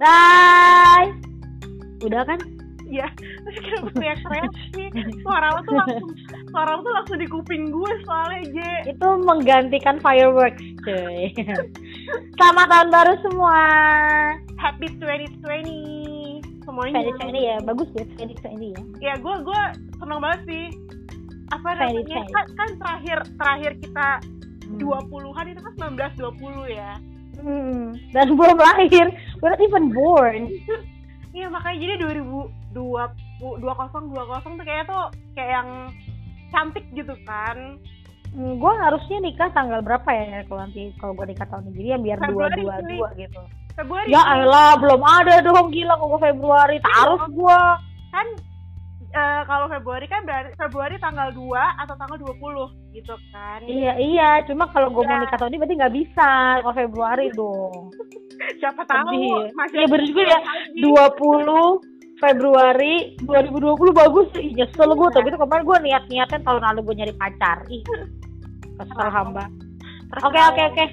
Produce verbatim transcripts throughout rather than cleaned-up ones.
Bye. Udah kan? Iya. Terus kenapa teriak-teriak sih? Suara lo tuh langsung, suara lo tuh langsung di kuping gue soalnya, J. Itu menggantikan fireworks, cuy. Selamat tahun baru semua. Happy twenty twenty semuanya. twenty twenty ya, bagus ya twenty twenty ya. Ya, gue gue seneng banget sih. Apa namanya? Kan, kan terakhir terakhir kita hmm. dua puluhan itu kan sembilan belas dua puluh ya. Hmm. Dan belum lahir. We're not even born. Iya, makanya jadi dua ribu dua puluh dua puluh tuh kayaknya tuh kayak yang cantik gitu kan. Hmm, gue harusnya nikah tanggal berapa ya kalau nanti kalau gue nikah tahun ini, jadi yang biar dua dua dua gitu. Februari. Ya elah, belum ada dong, gila kok Februari. Harus gue kan uh, kalau Februari kan berarti Februari tanggal dua atau tanggal dua puluh gitu kan. Iya iya, cuma kalau gue ya. mau nikah tahun ini berarti nggak bisa kalau Februari dong. Siapa tahu masih. Iya bener juga ya, dua puluh Februari dua ribu dua puluh bagus sih. Nyesel gue tuh gitu, kemarin gue niat-niatnya tahun lalu gue nyari pacar. Ih, kesel hamba. Oke oke oke.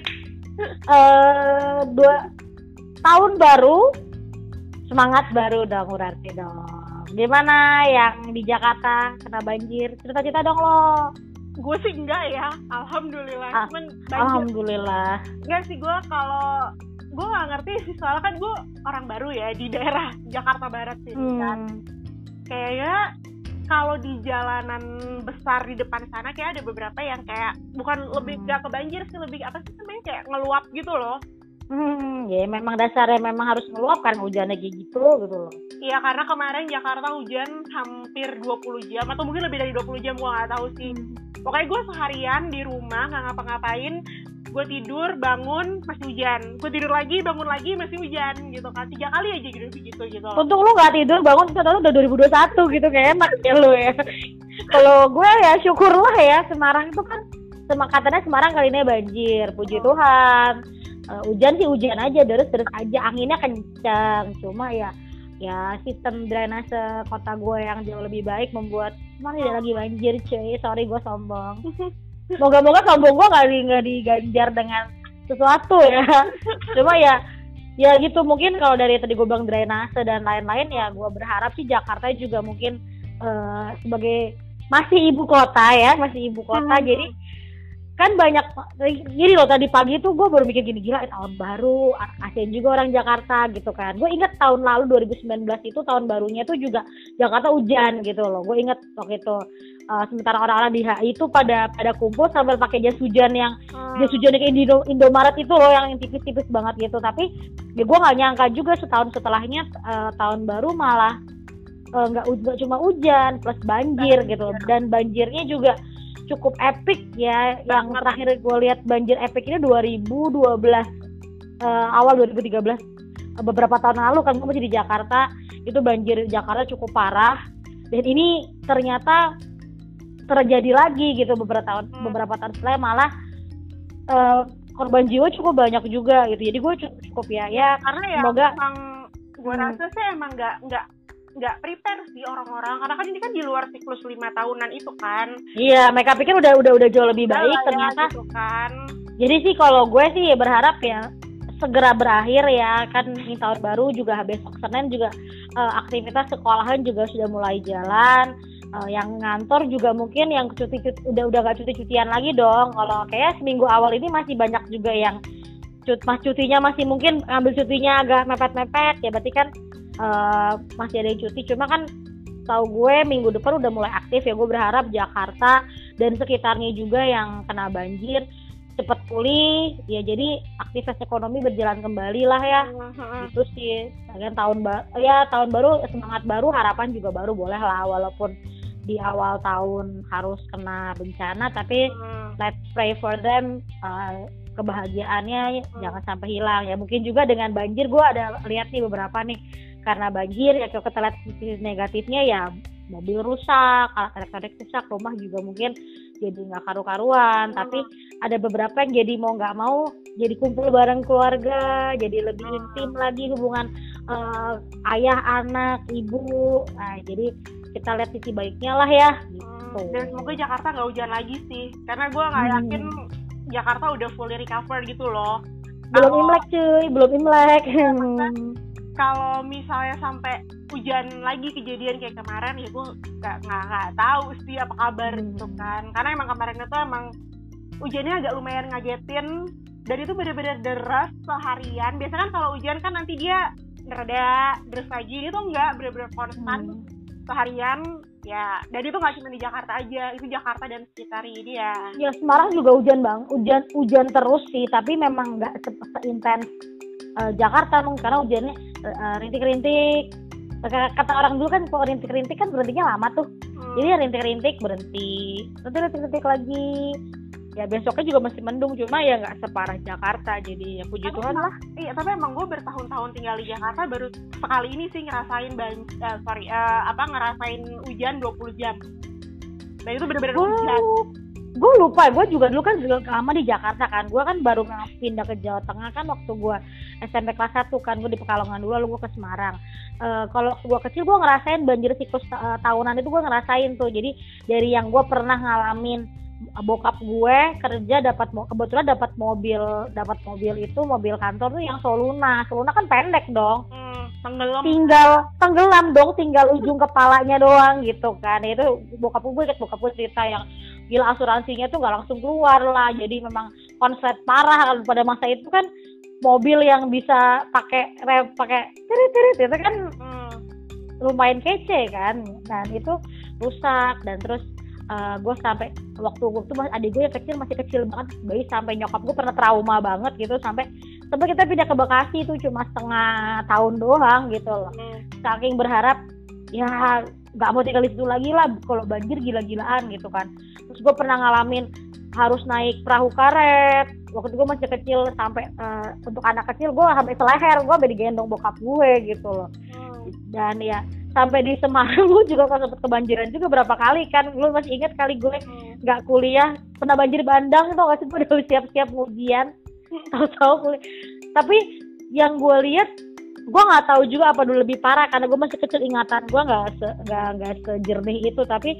Eh dua tahun baru, semangat baru dong berarti dong. Gimana yang di Jakarta kena banjir? Cerita-cerita dong lo. Gue sih enggak ya, alhamdulillah. Ah, Cuman banjir. Alhamdulillah. Enggak sih, gue kalau gue nggak ngerti sih, soalnya kan gue orang baru ya di daerah Jakarta Barat sini hmm. kan. Kayaknya kalau di jalanan besar di depan sana kayak ada beberapa yang kayak bukan hmm. lebih gak ke banjir sih, lebih apa sih namanya, kayak ngeluap gitu loh. Hmm, ya memang dasarnya memang harus ngeluap kan hujannya kayak gitu gitu loh. Iya, karena kemarin Jakarta hujan hampir dua puluh jam atau mungkin lebih dari dua puluh jam, gue nggak tahu sih. Pokoknya gue seharian di rumah nggak ngapa-ngapain. Gue tidur, bangun, masih hujan. Gue tidur lagi, bangun lagi, masih hujan gitu kan. Tiga kali aja gitu gitu gitu. Untung lu nggak tidur, bangun ternyata udah dua ribu dua puluh satu gitu, kayak enak ya lu ya. Kalau gue ya syukurlah ya, Semarang itu kan katanya Semarang kali ini banjir, puji oh. Tuhan. Uh, hujan sih hujan aja, deres-deres aja, anginnya kencang. Cuma ya ya sistem drainase kota gue yang jauh lebih baik membuat Semarang tidak lagi banjir, cuy. Sorry gue sombong. Moga-moga sombong gue nggak di nggak diganjar dengan sesuatu ya. Cuma ya ya gitu, mungkin kalau dari tadi gue bilang drainase dan lain-lain, ya gue berharap sih Jakarta juga mungkin uh, sebagai masih ibu kota ya, masih ibu kota hmm. jadi kan banyak gini loh. Tadi pagi tuh gue baru mikir gini, gila tahun baru, kasian juga orang Jakarta gitu kan. Gue inget tahun lalu dua ribu sembilan belas itu tahun barunya tuh juga Jakarta hujan gitu loh. Gue inget waktu itu uh, sementara orang-orang di H I itu pada pada kumpul sambil pakai jas hujan yang hmm. jas hujan kayak Indo, Indomaret itu loh, yang tipis-tipis banget gitu. Tapi ya gue nggak nyangka juga setahun setelahnya uh, tahun baru malah nggak uh, cuma hujan plus banjir gitu. Dan banjirnya juga cukup epic ya. Yang terakhir gue lihat banjir epic ini dua ribu dua belas, uh, awal dua ribu tiga belas, uh, beberapa tahun lalu kan gue masih di Jakarta. Itu banjir Jakarta cukup parah, dan ini ternyata terjadi lagi gitu beberapa tahun hmm. beberapa tahun setelah, malah uh, korban jiwa cukup banyak juga gitu. Jadi gue cukup, cukup ya ya karena ya semoga emang gue hmm. rasa sih emang nggak nggak nggak prepare sih orang-orang, karena kan ini kan di luar siklus lima tahunan itu kan. Iya, mereka pikir udah udah udah jauh lebih baik ya, ternyata gitu kan. Jadi sih kalau gue sih ya berharap ya segera berakhir ya kan. Ini tahun baru juga, besok Senin juga uh, aktivitas sekolahan juga sudah mulai jalan. Uh, yang ngantor juga mungkin yang cuti, cuti udah udah gak cuti-cutian lagi dong. Kalau kayak seminggu awal ini masih banyak juga yang cut mas cutinya masih mungkin ngambil cutinya agak mepet-mepet ya, berarti kan Uh, masih ada yang cuti. Cuma kan tahu gue minggu depan udah mulai aktif ya. Gue berharap Jakarta dan sekitarnya juga yang kena banjir cepat pulih ya, jadi aktivitas ekonomi berjalan kembali lah ya. Uh-huh. Itu sih kan tahun baru ya, tahun baru semangat baru, harapan juga baru, boleh lah walaupun di awal tahun harus kena bencana, tapi uh-huh. let's pray for them, uh, kebahagiaannya uh-huh. jangan sampai hilang ya. Mungkin juga dengan banjir, gue ada lihat nih beberapa nih, karena banjir ya kalau kita lihat sisi negatifnya ya mobil rusak, alat elektronik rusak, rumah juga mungkin jadi nggak karu-karuan. Hmm. Tapi ada beberapa yang jadi mau nggak mau jadi kumpul bareng keluarga, jadi lebih hmm. intim lagi hubungan uh, ayah, anak, ibu. Nah jadi kita lihat sisi baiknya lah ya. Gitu. Hmm. Dan semoga Jakarta nggak hujan lagi sih, karena gue nggak yakin hmm. Jakarta udah fully recover gitu loh. Belum oh. Imlek cuy, belum Imlek. kalau misalnya sampai hujan lagi kejadian kayak kemarin ya gue nggak nggak nggak tahu sih apa kabar Hmm. gitu kan, karena emang kemarin itu emang hujannya agak lumayan ngagetin dan itu benar-benar deras seharian. Biasanya kan kalau hujan kan nanti dia reda deras lagi, itu enggak, benar-benar konstan Hmm. seharian ya. Dan itu nggak cuma di Jakarta aja, itu Jakarta dan sekitar ini ya. Ya Semarang juga hujan bang, hujan hujan terus sih, tapi memang nggak se- seintens eh, Jakarta mungkin karena hujannya eh, eh, rintik-rintik. Kata kata orang dulu kan kalau rintik-rintik kan berhentinya lama tuh, Hmm. jadi rintik-rintik berhenti, nanti rintik-rintik lagi. Ya besoknya juga masih mendung, cuma ya nggak separah Jakarta, jadi ya puji Tapi Tuhan emang- lah. Iya, tapi emang gue bertahun-tahun tinggal di Jakarta baru sekali ini sih ngerasain ban eh, sorry eh, apa ngerasain hujan dua puluh jam. Dan itu bener-bener Gue hujan. gue lupa, gue juga dulu kan juga lama di Jakarta kan, gue kan baru pindah ke Jawa Tengah kan waktu gue S M P kelas satu kan, gue di Pekalongan dulu, lalu gue ke Semarang. Eh, kalau gue kecil gue ngerasain banjir siklus eh, tahunan itu gue ngerasain tuh, jadi dari yang gue pernah ngalamin, bokap gue kerja dapat mo- kebetulan dapat mobil dapat mobil itu mobil kantor tuh yang Soluna. Soluna kan pendek dong, Hmm, tenggelam. tinggal tenggelam dong, tinggal ujung kepalanya doang gitu kan. Itu bokap gue bokap gue cerita yang gila, asuransinya tuh nggak langsung keluar lah, jadi memang konslet parah. Kalau pada masa itu kan mobil yang bisa pakai rem pakai tirit-tirit itu kan Hmm. lumayan kece kan, dan itu rusak. Dan terus uh, gue sampai waktu gue tuh adik gue yang kecil masih kecil banget bayi, sampai nyokap gue pernah trauma banget gitu, sampai sampai kita pindah ke Bekasi tuh cuma setengah tahun doang gitu loh, Hmm. saking berharap ya nggak mau tinggal di situ lagi lah kalau banjir gila-gilaan gitu kan. Terus gue pernah ngalamin harus naik perahu karet waktu gue masih kecil, sampai uh, untuk anak kecil gue sampai seleher, gue sampai digendong bokap gue gitu loh. Hmm. Dan ya sampai di Semarang gue juga kan sempat kebanjiran juga berapa kali kan. Lu masih ingat kali gue Hmm. nggak kuliah pernah banjir bandang tuh, nggak sih, gue udah siap-siap ujian tahu-tahu kuliah. Tapi yang gue lihat, gue nggak tahu juga apa dulu lebih parah karena gue masih kecil, ingatan gue nggak se nggak nggak sejernih itu. Tapi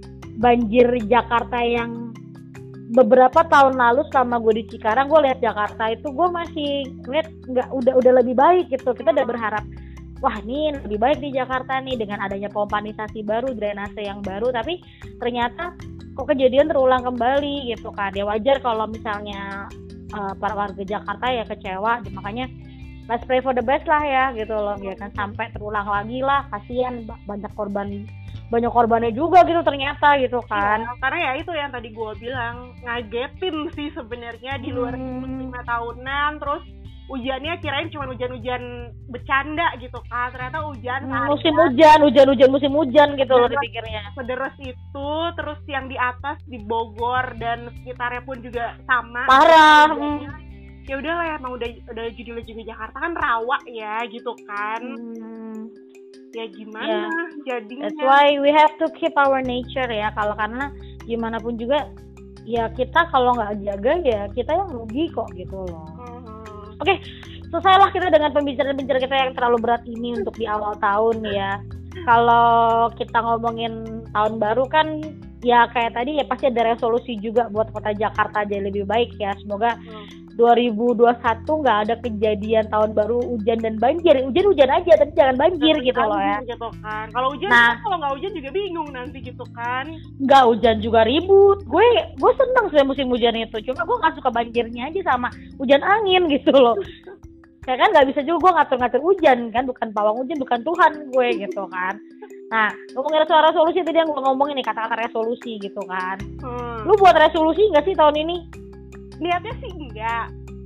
banjir Jakarta yang beberapa tahun lalu selama gue di Cikarang, gue lihat Jakarta itu gue masih lihat nggak udah udah lebih baik gitu. Kita udah berharap wah ini lebih baik di Jakarta nih dengan adanya pompanisasi baru, drainase yang baru, tapi ternyata kok kejadian terulang kembali gitu kan. Ya wajar kalau misalnya uh, para warga Jakarta ya kecewa, makanya let's pray for the best lah ya gitu loh, ya kan, sampai terulang lagi lah. Kasihan banyak korban, banyak korbannya juga gitu ternyata gitu kan. Iya, karena ya itu yang tadi gue bilang, ngagetin sih sebenarnya di luar Hmm. lima tahunan. Terus hujannya kirain cuma hujan-hujan bercanda gitu kan, ternyata hujan Hmm, seharian. musim hujan, hujan-hujan musim hujan gitu loh Deras. dipikirnya. Sederas itu. Terus yang di atas di Bogor dan sekitarnya pun juga sama Parah. hujannya. Ya udahlah ya, emang udah udah judul juga Jakarta kan rawa ya gitu kan. Hmm. Ya gimana jadinya. That's why we have to keep our nature ya. Kalau karena gimana pun juga ya kita kalau nggak jaga ya kita yang rugi kok gitu loh. Mhm. Oke, selesailah kita dengan pembicaraan-pembicaraan kita yang terlalu berat ini untuk di awal tahun ya. Kalau kita ngomongin tahun baru kan ya kayak tadi ya pasti ada resolusi juga buat kota Jakarta jadi lebih baik ya. Semoga Hmm. dua ribu dua puluh satu nggak ada kejadian tahun baru hujan dan banjir. Hujan-hujan aja tapi jangan banjir gitu loh ya. Gitu kan. Kalau hujan, Nah. kalau nggak hujan juga bingung nanti gitu kan. Nggak hujan juga ribut. Gue gue seneng sih musim hujan itu. Cuma gue nggak suka banjirnya aja sama hujan angin gitu loh. Kayak kan nggak bisa juga gue ngatur-ngatur hujan kan, bukan pawang hujan, bukan Tuhan gue gitu kan. Nah ngomongin soal resolusi tadi yang gue ngomongin nih, kata-kata resolusi gitu kan. Hmm. Lu buat resolusi nggak sih tahun ini? Lihatnya sih enggak.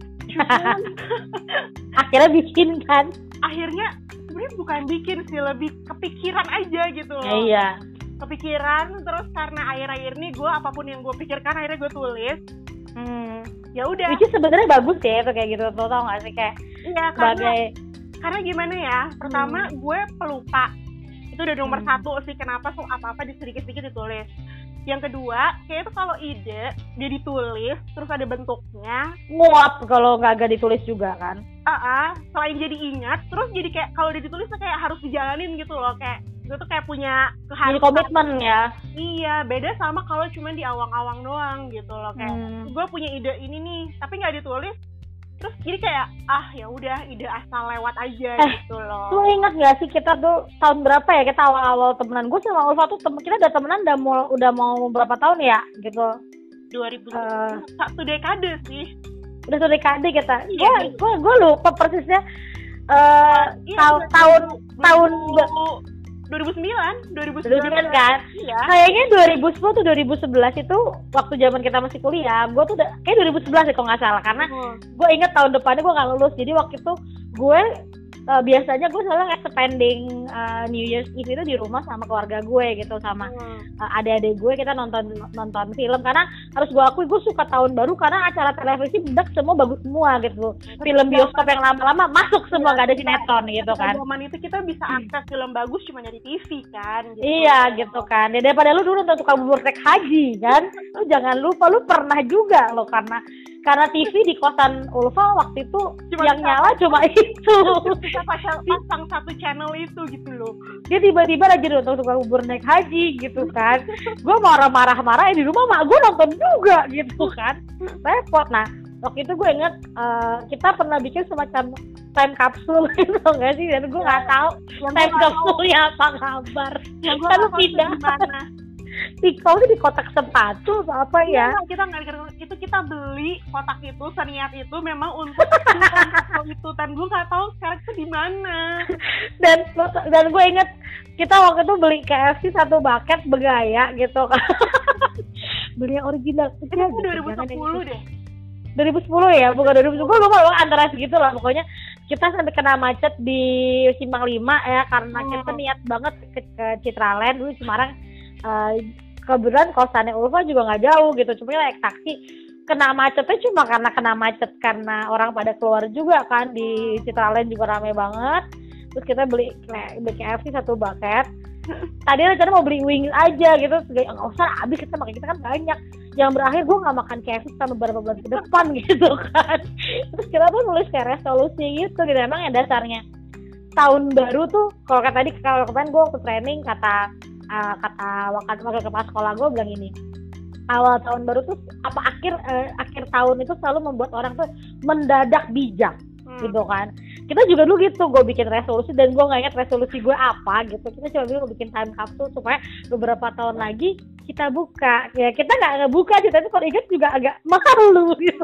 Cuman Akhirnya bikin kan? akhirnya sebenarnya bukan bikin sih, lebih kepikiran aja gitu loh. Ya, iya. Kepikiran, terus karena akhir-akhir ini gue apapun yang gue pikirkan akhirnya gue tulis. Hmm. Ya udah. Which is sebenarnya bagus ya itu kayak gitu, tuh tau nggak sih kayak Iya, karena sebagai karena gimana ya, pertama gue pelupa, itu udah nomor Hmm. satu sih, kenapa so apa-apa di sedikit-sedikit ditulis. Yang kedua, kayak itu kalau ide dia ditulis terus ada bentuknya, nguap kalau nggak agak ditulis juga kan. ah uh-uh, selain jadi ingat, terus jadi kayak kalau dia ditulis tuh kayak harus dijalanin gitu loh, kayak gue tuh kayak punya Jadi keharusan. komitmen ya. Iya, beda sama kalau cuma di awang-awang doang gitu loh, kayak Hmm. gue punya ide ini nih tapi nggak ditulis, terus jadi kayak ah ya udah ide asal lewat aja eh, gitu loh. Lu ingat gak sih kita tuh tahun berapa ya kita awal-awal temenan? Gue sama Ulfa tuh tem- kita udah temenan udah mau udah mau berapa tahun ya gitu? dua ribu Uh, satu dekade sih. Udah satu dekade kita. Iya, gue gue gue lupa persisnya. Uh, iya, tahun tahun tahun dua ribu sembilan dua ribu sembilan kan? Iya. Kayaknya dua ribu sepuluh atau dua ribu sebelas itu waktu zaman kita masih kuliah. Gue tuh udah kayak dua ribu sebelas ya kalau nggak salah karena hmm. gue inget tahun depannya gue nggak lulus. Jadi waktu itu gue uh, biasanya gue selalu spending uh, New Year's Eve itu di rumah sama keluarga gue gitu sama hmm. uh, adik-adik gue kita nonton nonton film karena harus gue akui gue suka tahun baru karena acara televisi bedak semua bagus semua gitu. Film bioskop yang lama-lama masuk semua nggak ada sinetron gitu kan. Zaman itu kita bisa akses film bagus cuma dari T V kan. Gitu. Iya gitu kan. Ya, daripada lu dulu nonton tukang bubur naik haji kan. Lu jangan lupa lu pernah juga lo karena karena T V di kosan Ulfa waktu itu cuma yang nyala cuma itu. Kita pasang, pasang satu channel itu gitu loh. Dia tiba-tiba lagi nonton tukang bubur naik haji gitu kan. Gue marah-marah-marah di rumah mak gue nonton juga gitu kan. Repot. Nah waktu itu gue inget uh, kita pernah bikin semacam time capsule gitu nggak sih? Dan gue nggak tahu time capsule-nya apa kabar. Yang gue kan lu pindah gimana. Di kau tuh di kotak sepatu atau apa ya? Nah, kita nggak itu kita beli kotak itu seniat itu memang untuk itu dan gue nggak tahu sekarang itu di mana. Dan dan gue inget kita waktu itu beli K F C satu bucket bergaya gitu kan. Beli yang original. Itu ya, dua ribu sepuluh deh. dua ribu sepuluh ya, bukan dua ribu sepuluh. Gue lupa antara segitu lah pokoknya. Kita sampai kena macet di Simpang lima ya karena hmm. kita niat banget ke, ke Citraland dulu Semarang. Uh, kebetulan kosannya Ulfa juga nggak jauh gitu, cuma naik taksi kena macetnya cuma karena kena macet karena orang pada keluar juga kan di Citraland juga ramai banget. Terus kita beli beli K F C satu bucket. Tadi rencana mau beli wings aja gitu, nggak usah habis kita makan kita kan banyak. Yang berakhir gue nggak makan K F C selama beberapa bulan ke depan gitu kan. Terus kita pun nulis kayak resolusi gitu gitu emang ya dasarnya tahun baru tuh kalau kata tadi kalau kemarin gue waktu training kata Uh, kata wakil wakil kepala sekolah gue bilang ini awal tahun baru tuh apa akhir uh, akhir tahun itu selalu membuat orang tuh mendadak bijak hmm. gitu kan. Kita juga dulu gitu gue bikin resolusi dan gue nggak ingat resolusi gue apa gitu. Kita cuma bilang bikin time capsule supaya beberapa tahun lagi kita buka ya kita nggak ngebuka sih tapi kalau ingat juga agak malu gitu.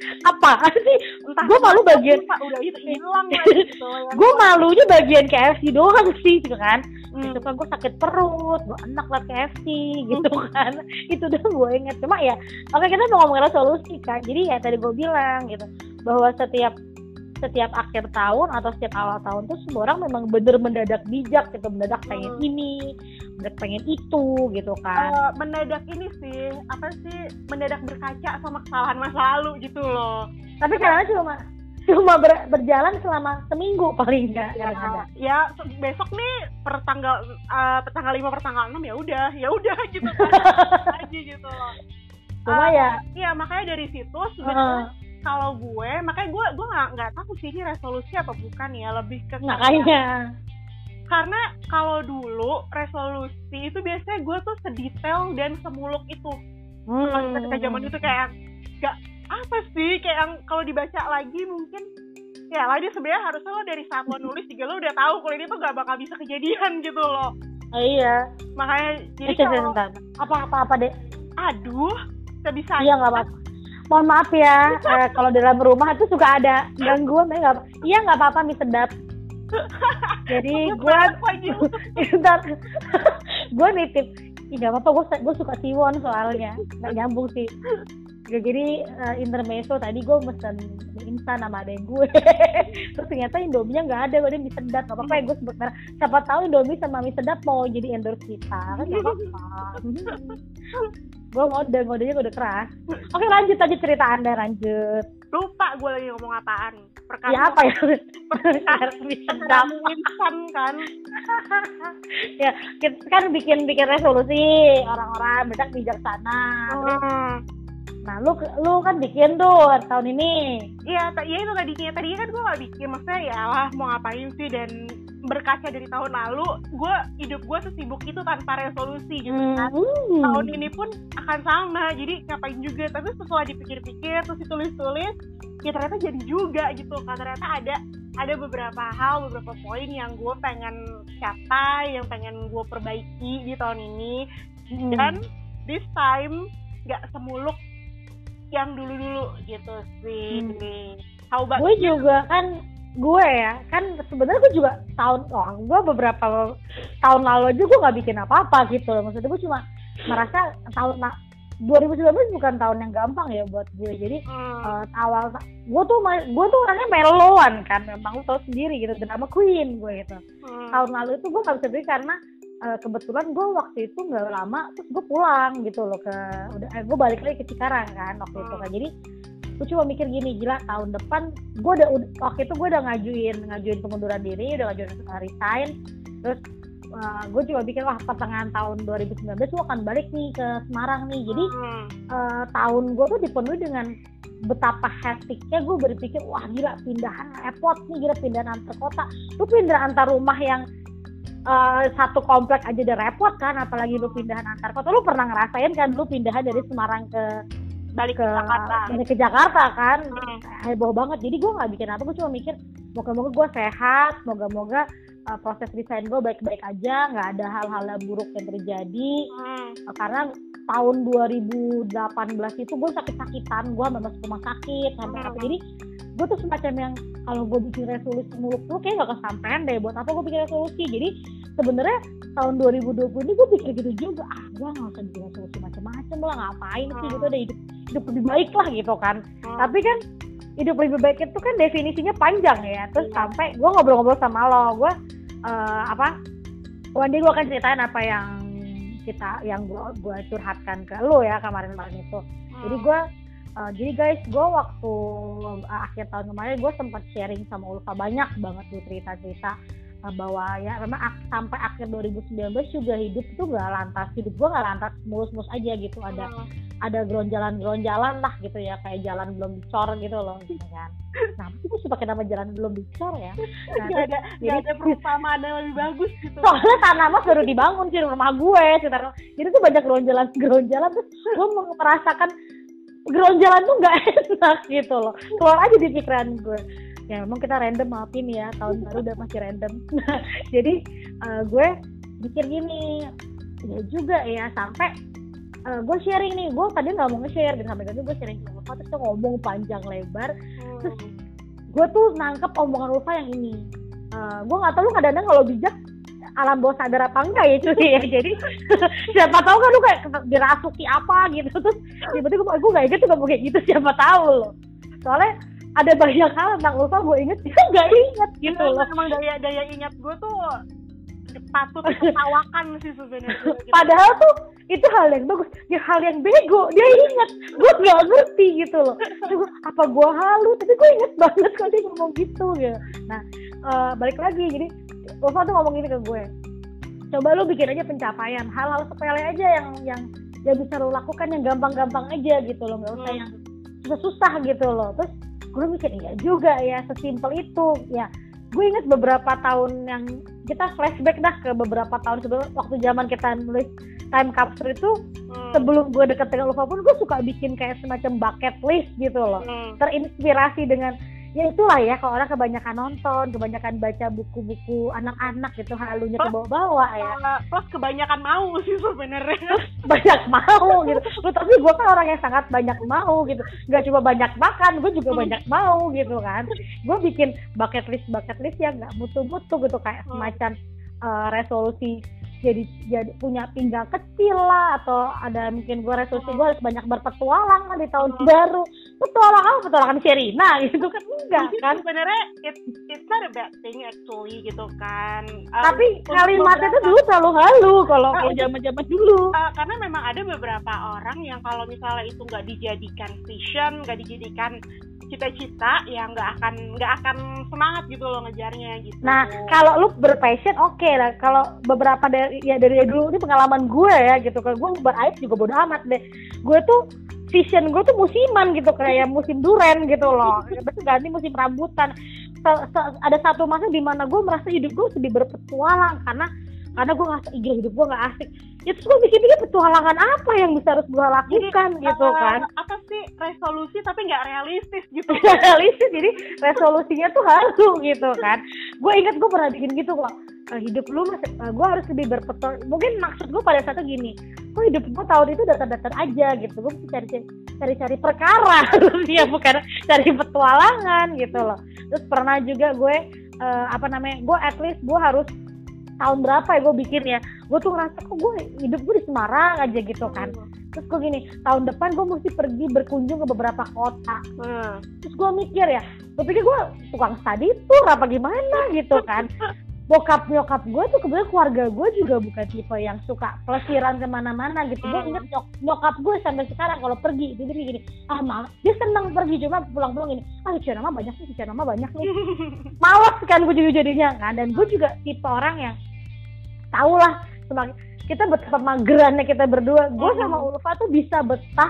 Apa sih gue malu bagian udah itu hilang gitu. Gue malunya bagian K F C doang sih gitu kan. Hmm. Itu kan gue sakit perut, gue enak lah K F C gitu kan. Itu udah gue inget. Cuma ya, oke kita mau ngomongin resolusi kan. Jadi ya tadi gue bilang gitu bahwa setiap setiap akhir tahun atau setiap awal tahun tuh semua orang memang bener mendadak bijak gitu, mendadak pengen hmm. ini, mendadak pengen itu gitu kan. Uh, mendadak ini sih apa sih mendadak berkaca sama kesalahan masa lalu gitu loh. Tapi karena cuma cuma ber, berjalan selama seminggu paling enggak ya, kadang-kadang. Ya besok nih per tanggal uh, per tanggal lima per tanggal enam ya udah ya udah gitu kan aja gitu loh. Cuma uh, ya iya makanya dari situ sebenarnya uh, kalau gue makanya gue gue nggak nggak tahu sih ini resolusi apa bukan ya lebih ke makanya karena kalau dulu resolusi itu biasanya gue tuh sedetail dan semuluk itu hmm. kalau ketika zaman itu kayak nggak apa sih kayak yang kalau dibaca lagi mungkin ya lah dia sebenarnya harusnya lo dari saat lo nulis juga lo udah tahu kalau ini tuh gak bakal bisa kejadian gitu loh. Oh, iya makanya jadi eh, kalau apa apa apa deh aduh nggak bisa iya nggak apa-apa mohon maaf ya eh, kalau dalam rumah itu suka ada gangguan tapi nggak iya nggak apa-apa mie sedap jadi gue ntar gue nitip nggak apa-apa gue gue suka siwon soalnya nggak nyambung sih. Ya, jadi uh, intermezzo tadi gue mesen mie instan sama adek gue terus ternyata Indomie-nya nggak ada, gue mie sedap nggak apa-apa ya gue sebut merah siapa tahu Indomie sama mie sedap mau jadi endorse kita kan nggak apa-apa. Gue ngode ngodenya gue udah keras. Oke lanjut aja cerita anda lanjut. Lupa gue lagi ngomong apaan. Perkara ya apa ya? Perkara mie sedap instan kan. Ya kita kan bikin bikin resolusi orang-orang bijak bijaksana. Hmm. Nah, lu lu kan bikin tuh tahun ini. Iya, t- ya itu tadinya. Tadinya kan gue gak bikin. Maksudnya ya lah mau ngapain sih. Dan berkaca dari tahun lalu, gue hidup gue sesibuk itu tanpa resolusi gitu kan. Mm. Tahun ini pun akan sama. Jadi ngapain juga. Tapi setelah dipikir-pikir, terus ditulis-tulis, ya ternyata jadi juga gitu kan. Ternyata ada ada beberapa hal, beberapa poin yang gue pengen capai, yang pengen gue perbaiki di tahun ini. hmm. Dan this time gak semuluk yang dulu-dulu gitu sih. hmm. How about gue juga kan gue ya kan sebenarnya gue juga tahun oh gue beberapa tahun lalu aja gue nggak bikin apa-apa gitu. Maksudnya gue cuma merasa tahun dua ribu sembilan belas bukan tahun yang gampang ya buat gue. Jadi hmm. uh, awal gue tuh gue tuh orangnya meloan kan, memang lu tau sendiri gitu, drama queen gue gitu. hmm. Tahun lalu itu gue nggak bisa beli karena uh, kebetulan gue waktu itu nggak lama terus gue pulang gitu loh ke udah eh, gue balik lagi ke Cikarang kan waktu hmm. itu kan. Jadi gue cuma mikir gini, gila tahun depan gue udah waktu itu gue udah ngajuin ngajuin pengunduran diri, udah ngajuin resign. Terus uh, gue cuma pikir wah pertengahan tahun dua ribu sembilan belas gue akan balik nih ke Semarang nih. Jadi hmm. uh, tahun gue tuh dipenuhi dengan betapa hektiknya. Gue berpikir wah gila pindahan repot nih, gila pindahan antar kota. Lu pindah antar rumah yang uh, satu komplek aja udah repot kan, apalagi lu pindahan antar kota. Lu pernah ngerasain kan lu pindahan dari Semarang ke balik ke, ke Jakarta balik ke Jakarta kan. hmm. Heboh banget. Jadi gue nggak bikin apa, gue cuma mikir moga-moga gue sehat, moga-moga uh, proses resign gue baik-baik aja, nggak ada hal-hal yang buruk yang terjadi. hmm. uh, karena tahun dua ribu delapan belas itu gue sakit-sakitan, gue masuk rumah sakit sampai hmm. apa. Jadi gue tuh semacam yang kalau gue bikin resolusi muluk-muluk kayak gak kesampean deh, buat apa gue bikin resolusi. Jadi sebenarnya tahun dua ribu dua puluh ini gue pikir gitu juga, ah gue gak usah bikin resolusi macam-macam lah, ngapain sih gitu, udah hidup hidup lebih baik lah gitu kan. hmm. Tapi kan hidup lebih baik itu kan definisinya panjang ya. Terus hmm. sampai gue ngobrol-ngobrol sama lo, gue uh, apa one day gue akan ceritain apa yang kita yang gue gue curhatkan ke lo ya kemarin-kemarin itu. hmm. Jadi gue Uh, jadi guys, gue waktu uh, akhir tahun kemarin gue sempat sharing sama Ulfa banyak banget tuh cerita-cerita uh, bahwa ya memang ak- sampai akhir dua ribu sembilan belas juga hidup itu gak lantas, hidup gue gak lantas mulus-mulus aja gitu, ada hmm. ada geronjalan-geronjalan lah gitu ya, kayak jalan belum dicor gitu loh gitu kan. Nah itu sih pakai nama jalan belum dicor ya. Nah, gak ada jadi, gak ada perumpamaan yang lebih bagus gitu. Soalnya tanah mas baru dibangun sih rumah gue, sekitar, jadi tuh banyak geronjalan-geronjalan terus gue merasakan geronjalan tuh nggak enak gitu loh, keluar aja di pikiran gue. Ya memang kita random, maafin ya, tahun baru udah masih random. Jadi uh, gue pikir gini, ya juga ya sampai uh, gue sharing nih, gue tadi nggak mau nge-share gitu, sampai tadi gue sharing sama Ulfa terus tuh ngomong panjang lebar. hmm. Terus gue tuh nangkep omongan Ulfa yang ini. Uh, gue nggak tahu lu kadang-kadang kalau bijak alam bawah sadar apa enggak ya cuy ya. Jadi siapa tahu kan lu kayak dirasuki apa gitu, terus tiba-tiba gue gak inget tuh kayak gitu, siapa tahu loh. Soalnya ada banyak hal tentang Ulfa gue inget dia gak inget gitu loh. Emang daya daya ingat gue tuh patut tertawakan sih sebenarnya. Gitu. Padahal tuh itu hal yang bagus, ya hal yang bego dia inget, gue nggak ngerti gitu loh. Apa gue halu, tapi gue inget banget kalau dia ngomong gitu ya. Nah uh, balik lagi, jadi Ulfa tuh ngomong gini ke gue, coba lu bikin aja pencapaian, hal-hal sepele aja yang yang yang bisa lu lakukan, yang gampang-gampang aja gitu loh, nggak usah hmm. yang susah-susah gitu loh. Terus gue mikir iya juga ya, sesimpel itu ya. Gue inget beberapa tahun yang kita flashback dah ke beberapa tahun sebelum, waktu zaman kita nulis time capsule itu. hmm. Sebelum gue deket dengan Ulfa pun gue suka bikin kayak semacam bucket list gitu loh. hmm. Terinspirasi dengan ya itulah ya, kalau orang kebanyakan nonton, kebanyakan baca buku-buku anak-anak gitu, halunya ke bawah-bawah ya. Plus kebanyakan mau sih sebenarnya. Banyak mau gitu. Lu tapi gue kan orang yang sangat banyak mau gitu. Gak cuma banyak makan, gue juga hmm. banyak mau gitu kan. Gue bikin bucket list bucket list yang gak mutu-mutu gitu, kayak semacam uh, resolusi jadi jadi punya pinggang kecil lah, atau ada mungkin gue resolusi gue harus banyak berpetualang kan di tahun hmm. baru. Petualang apa? Petualangan Sherina gitu kan, enggak kan? Sebenarnya it, it's not a bad thing actually gitu kan. Um, Tapi kalimatnya itu dulu terlalu halu kalau kalau uh, zaman-zaman dulu. Uh, karena memang ada beberapa orang yang kalau misalnya itu nggak dijadikan vision, nggak dijadikan cita-cita, ya nggak akan nggak akan semangat gitu loh ngejarnya gitu. Nah kalau lu berpassion oke okay lah. Kalau beberapa dari ya dari dulu ini pengalaman gue ya gitu, kalau gue beraib juga bodo amat deh. Gue tuh vision gue tuh musiman gitu, kayak musim duren gitu loh. Terus ganti musim rambutan. Se- se- ada satu masa di mana gue merasa hidup gue sedih berpetualang karena karena gue ngerasa gila hidup gue nggak asik. Ya terus gue mikir-mikir petualangan apa yang bisa harus gue lakukan. Jadi, gitu uh, kan apa sih resolusi tapi nggak realistis gitu. Realistis, jadi resolusinya tuh halu gitu kan. Gue ingat gue pernah bikin gitu kok, uh, hidup lu masih uh, gue harus lebih berpetualang. Mungkin maksud gue pada saat itu gini, kok hidup gue tahun itu datar-datar aja gitu, gue mesti cari cari-cari perkara ya bukan cari petualangan gitu loh. Terus pernah juga gue uh, apa namanya, gue at least gue harus tahun berapa ya gue bikin ya, gue tuh ngerasa kok gue hidup gue di Semarang aja gitu kan. Terus gue gini, tahun depan gue mesti pergi berkunjung ke beberapa kota. hmm. Terus gue mikir ya, gue pikir gue tukang study tour apa gimana gitu kan. Bokap nyokap gue tuh kebetulan keluarga gue juga bukan tipe yang suka pelesiran kemana-mana gitu. hmm. Gue inget nyok, nyokap gue sampai sekarang kalau pergi itu dia gini, ah malah dia senang pergi, cuma pulang-pulang gini, ah cucian nama banyak nih, cucian nama banyak nih. Malas kan gue juga jadinya kan. Dan gue juga tipe orang yang tau lah semakin kita betapa magerannya kita berdua. Gue sama Ulfa tuh bisa betah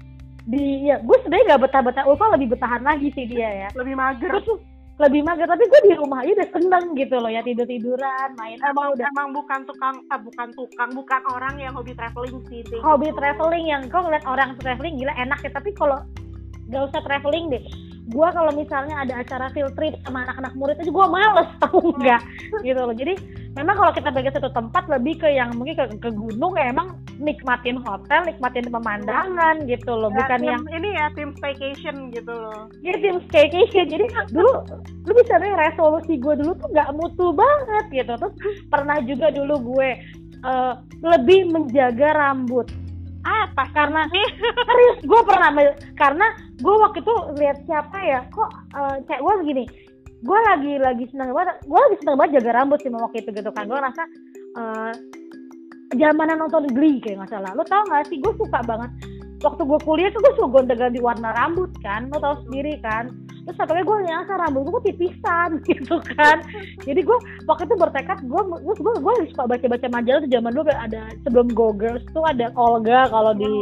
di, ya gue sebenarnya nggak betah-betah, Ulfa lebih betahan lagi sih dia ya, lebih mager. Gue tuh lebih mager, tapi gue di rumah aja udah seneng gitu loh ya, tidur-tiduran, main. Emang udah emang bukan tukang, ah, bukan tukang, bukan orang yang hobi traveling sih. Hobi gitu. Traveling yang kau ngeliat orang traveling gila enak ya, tapi kalau gak usah traveling deh. Gue kalau misalnya ada acara field trip sama anak-anak murid aja gue males, tau nggak gitu loh. Jadi memang kalau kita bagi satu tempat lebih ke yang mungkin ke, ke gunung ya, emang nikmatin hotel, nikmatin pemandangan gitu loh, ya, bukan tim, yang ini ya tim staycation gitu loh. Ya tim staycation. Jadi dulu lu bisa nih resolusi gue dulu tuh nggak mutu banget gitu. Terus pernah juga dulu gue uh, lebih menjaga rambut. Apa? Karena serius gue pernah karena gue waktu itu lihat siapa ya, kok uh, kayak gue begini, gue lagi lagi seneng banget, gue lagi seneng banget jaga rambut sih waktu itu gitu kan. Gue ngerasa uh, zamanan nonton Glee kayak nggak salah. Lo tau nggak sih, gue suka banget waktu gue kuliah tuh gue suka gonta-ganti warna rambut kan, lo tau sendiri kan. Terus satu kali gue nyangka rambut gue tipisan gitu kan. Jadi gue waktu itu bertekad, gue gue gue, gue suka baca-baca majalah tuh zaman dulu ada, sebelum Go Girls tuh ada Olga kalau di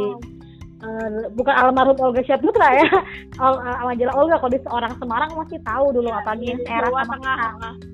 uh, bukan almarhum Olga Syahputra ya, Ol, uh, majalah Olga kalau di seorang Semarang masih tahu dulu ya, apalagi yang era sama kita.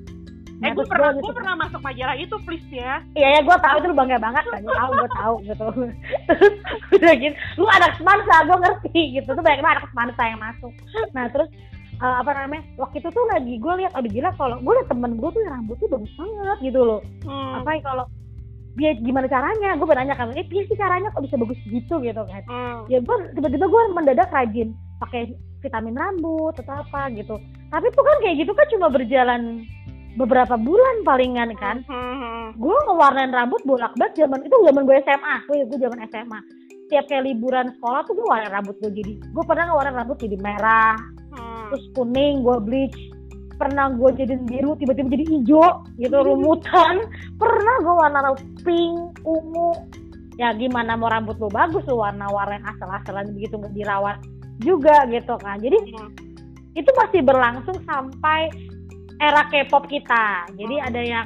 Eh gue pernah gue pernah masuk majalah itu please ya. Iya ya, gue tahu itu lu bangga banget kan, gue tahu gue tahu gitu. Terus udah gitu, lu anak semansa, gue ngerti gitu tuh, banyak banget anak semansa yang masuk. Nah terus uh, apa namanya, waktu itu tuh lagi gue lihat, aduh gila, kalau gue liat temen gue tuh rambutnya bagus banget gitu loh. hmm. Apa ya kalau dia gimana caranya, gue bertanya kan, eh dia sih caranya kok bisa bagus gitu gitu kan. hmm. Ya gue tiba-tiba gue mendadak rajin pakai vitamin rambut atau apa gitu. Tapi tuh kan kayak gitu kan cuma berjalan beberapa bulan palingan kan. hmm. Gue ngewarnain rambut bolak-balik zaman itu, zaman gue S M A. Gue gue zaman S M A. Tiap kayak liburan sekolah tuh gue warnain rambut gue, jadi gue pernah ngewarnain rambut jadi merah, hmm. terus kuning, gue bleach. Pernah gue jadi biru, tiba-tiba jadi hijau gitu, rumutan. Pernah gue warna rambut pink, ungu. Ya gimana mau rambut lo bagus lo warna-warnain asal-asalan begitu, nggak dirawat juga gitu kan. Jadi hmm. itu masih berlangsung sampai era K-pop kita. Jadi ada yang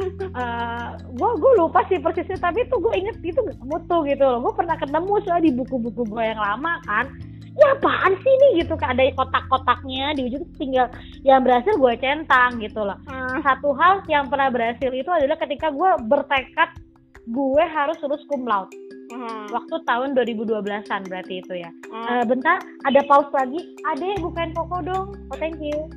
uh, gue gue lupa sih persisnya, tapi tuh gue inget gitu mutu gitu loh. Gue pernah ketemu soalnya di buku-buku gue yang lama kan. Ya apaan sih nih gitu kan, ada kotak-kotaknya di ujung, tinggal yang berhasil gue centang gitu loh. hmm. Satu hal yang pernah berhasil itu adalah ketika gue bertekad gue harus lulus cum laude. hmm. Waktu tahun dua ribu dua belasan berarti itu ya. hmm. uh, Bentar, ada pause lagi. Adek bukain koko dong. Oh thank you.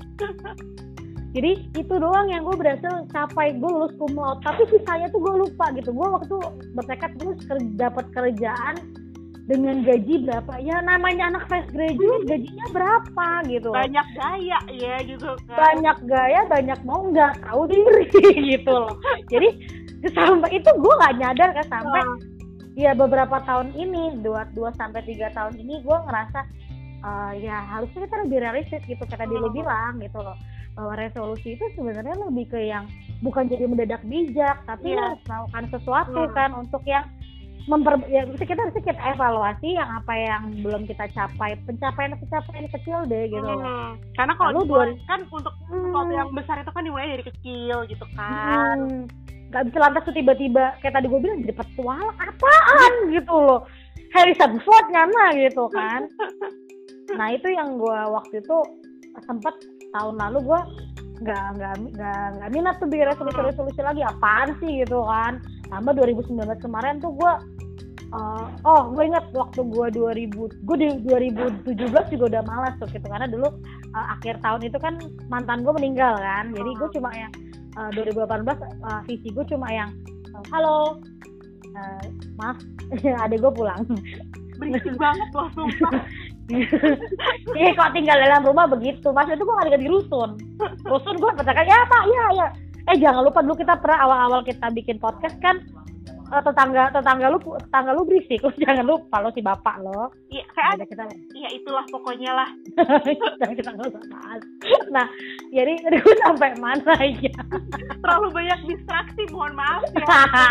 Jadi itu doang yang gue berhasil capai, gue lulus cum laude. Tapi sisanya tuh gue lupa gitu. Gue waktu itu bertekad gue dapat kerjaan dengan gaji berapa. Ya namanya anak fresh graduate, gajinya berapa gitu. Banyak gaya ya gitu kan. Banyak gaya, banyak mau, nggak tahu diri gitu loh. Jadi sampai itu gue nggak nyadar kan sampai oh. ya beberapa tahun ini, dua sampai tiga tahun ini gue ngerasa uh, ya harusnya kita lebih realistis gitu, kata dia oh. bilang gitu loh. Bahwa resolusi itu sebenarnya lebih ke yang bukan jadi mendadak bijak, tapi yeah. harus melakukan sesuatu yeah. kan untuk yang memper ya kita harus kita evaluasi yang apa yang belum kita capai, pencapaian-pencapaian kecil deh gitu. Hmm. Karena kalau dua kan untuk sesuatu hmm. yang besar itu kan dimulai dari kecil gitu kan. Hmm. Gak bisa lantas tuh tiba-tiba kayak tadi gue bilang jadi petualang apaan gitu loh. Harrison Ford nyana gitu kan. Nah itu yang gue waktu itu sempat tahun lalu gue nggak nggak nggak nggak minat tuh bikin resolusi-resolusi lagi, apaan sih gitu kan. Tambah dua ribu sembilan belas kemarin tuh gue uh, oh gue ingat waktu gue dua ribu gue di dua ribu tujuh belas juga udah malas tuh gitu, karena dulu uh, akhir tahun itu kan mantan gue meninggal kan, jadi gue cuma yang uh, dua ribu delapan belas uh, visi gue cuma yang uh, halo uh, maaf adek gue pulang. Berisik banget loh sumpah. Iya kok tinggal dalam rumah begitu. Pas itu gue gak tinggal di rusun. Rusun gue percaya ya pak ya ya. Eh jangan lupa dulu kita pernah awal-awal kita bikin podcast kan, uh, tetangga tetangga lu tetangga lu berisik. Lu jangan lupa lo si bapak lo. Iya kayak kita. Iya itulah pokoknya lah. kita nggak usah bahas. Nah jadi gue sampai mana ya? Terlalu banyak distraksi, mohon maaf ya.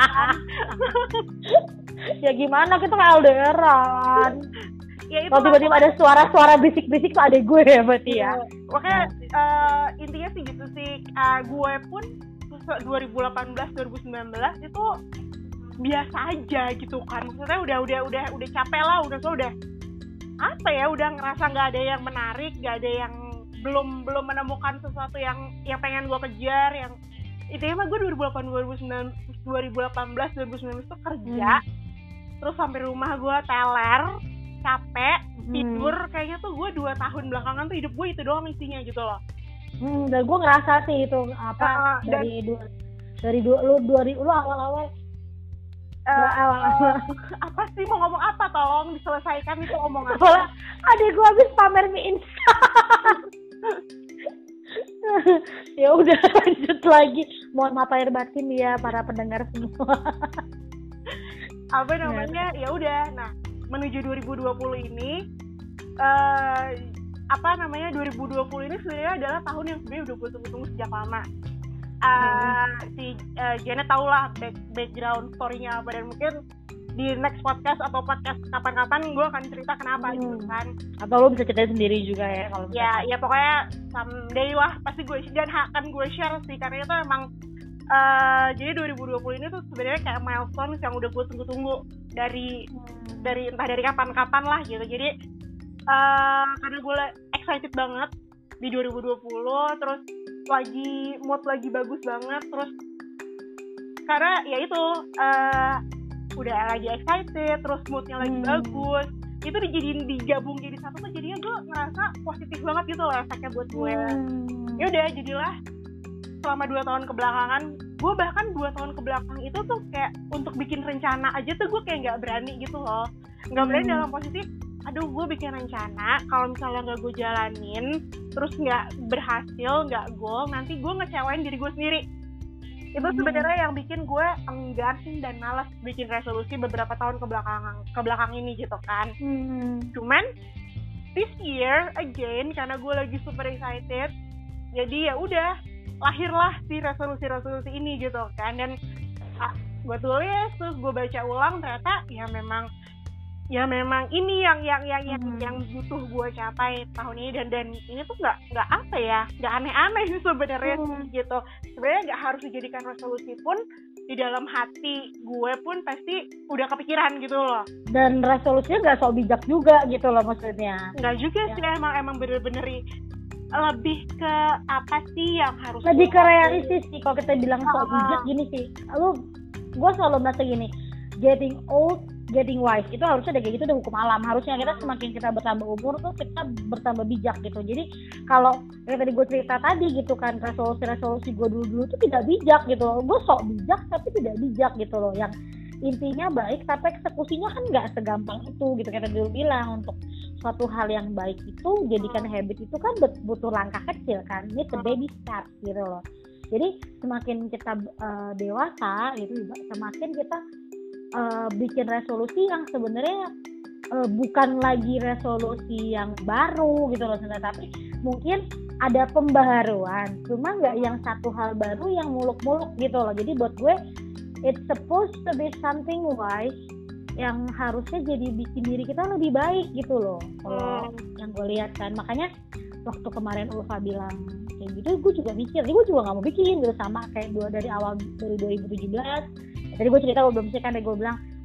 Ya gimana kita kayak alderan. Ya itu kalau tiba-tiba ada suara-suara bisik-bisik tuh adek gue ya berarti ya. Makanya uh, intinya sih gitu sih, uh, gue pun dua ribu delapan belas dua ribu sembilan belas itu biasa aja gitu kan. Maksudnya udah udah udah udah capek lah, udah so udah apa ya, udah ngerasa nggak ada yang menarik, nggak ada yang belum belum menemukan sesuatu yang yang pengen gue kejar. Yang intinya mah gue dua ribu delapan dua ribu sembilan dua ribu delapan belas dua ribu sembilan belas tuh kerja, hmm. terus sampai rumah gue teler, capek, tidur. Hmm. Kayaknya tuh gue dua tahun belakangan tuh hidup gue itu doang isinya gitu loh. Hmm, dan gue ngerasa sih itu apa uh, dari dan, dua, dari dua lu dua ribu lu awal-awal uh, awal-awal apa sih mau ngomong apa, tolong diselesaikan itu omongan. Soalnya adek gue habis pamer mie instan. Ya udah lanjut lagi, mohon maaf lahir batin ya para pendengar semua. Apa namanya ya udah. Nah menuju dua ribu dua puluh ini uh, apa namanya dua ribu dua puluh ini sebenarnya adalah tahun yang sebenarnya udah gue tunggu-tunggu sejak lama. Uh, hmm. Si uh, Janet tau lah back, background story-nya apa, dan mungkin di next podcast atau podcast kapan-kapan gue akan cerita kenapa hmm. gitu kan. Atau lo bisa ceritain sendiri juga ya kalau ya ya pokoknya someday lah pasti gue dan akan gue share sih, karena itu emang uh, jadi dua ribu dua puluh ini tuh sebenarnya kayak milestone yang udah gue tunggu-tunggu dari hmm. dari entah dari kapan-kapan lah gitu. Jadi uh, karena gue excited banget di dua ribu dua puluh, terus lagi mood lagi bagus banget, terus karena ya itu uh, udah lagi excited, terus moodnya lagi hmm. bagus, itu dijadiin digabung jadi satu tuh jadinya gue ngerasa positif banget gitu loh efeknya buat gue. Hmm. Ya udah jadilah selama dua tahun kebelakangan, gue bahkan dua tahun kebelakang itu tuh kayak untuk bikin rencana aja tuh gue kayak nggak berani gitu loh, nggak berani hmm. dalam posisi aduh gue bikin rencana kalau misalnya nggak gue jalanin terus nggak berhasil, nggak goal, nanti gue ngecewain diri gue sendiri. Itu hmm. sebenarnya yang bikin gue enggan dan malas bikin resolusi beberapa tahun kebelakangan kebelakang ini gitu kan. Hmm. Cuman this year again karena gue lagi super excited, jadi ya udah lahirlah si resolusi-resolusi ini gitu kan. Dan ah, gue tulis terus gue baca ulang, ternyata ya memang ya memang ini yang yang yang yang, hmm. yang butuh gue capai tahun ini. Dan dan ini tuh nggak nggak apa ya nggak aneh-aneh sih sebenarnya hmm. gitu. Sebenarnya nggak harus dijadikan resolusi pun, di dalam hati gue pun pasti udah kepikiran gitu loh. Dan resolusinya nggak sok bijak juga gitu loh maksudnya. Nggak juga ya. Sih emang emang bener-bener lebih ke apa sih yang harus lebih ke realistis sih. Kalau kita bilang sok bijak gini sih, lu gue selalu merasa gini, getting old getting wise itu harusnya udah kayak gitu, udah hukum alam. Harusnya kita semakin kita bertambah umur tuh kita bertambah bijak gitu. Jadi kalau kayak tadi gue cerita tadi gitu kan, resolusi-resolusi gue dulu-dulu tuh tidak bijak gitu loh. Gue sok bijak tapi tidak bijak gitu loh. Yang intinya baik tapi eksekusinya kan nggak segampang itu gitu. Kayak tadi lu bilang, untuk suatu hal yang baik itu jadikan habit itu kan butuh langkah kecil kan. Ini the baby step gitu loh. Jadi semakin kita uh, dewasa gitu, semakin kita Uh, bikin resolusi yang sebenarnya uh, bukan lagi resolusi yang baru gitu loh sebenarnya, tapi mungkin ada pembaharuan, cuma nggak yang satu hal baru yang muluk-muluk gitu loh. Jadi buat gue it's supposed to be something wise yang harusnya jadi bikin diri kita lebih baik gitu loh. Kalau hmm. yang gue lihat kan, makanya waktu kemarin Ulfa bilang kayak gitu, gue juga mikir, nih gue juga nggak mau bikin gitu, sama kayak dua dari awal dari dua ribu tujuh belas. Tadi gue cerita gue belum sih kan, gue bilang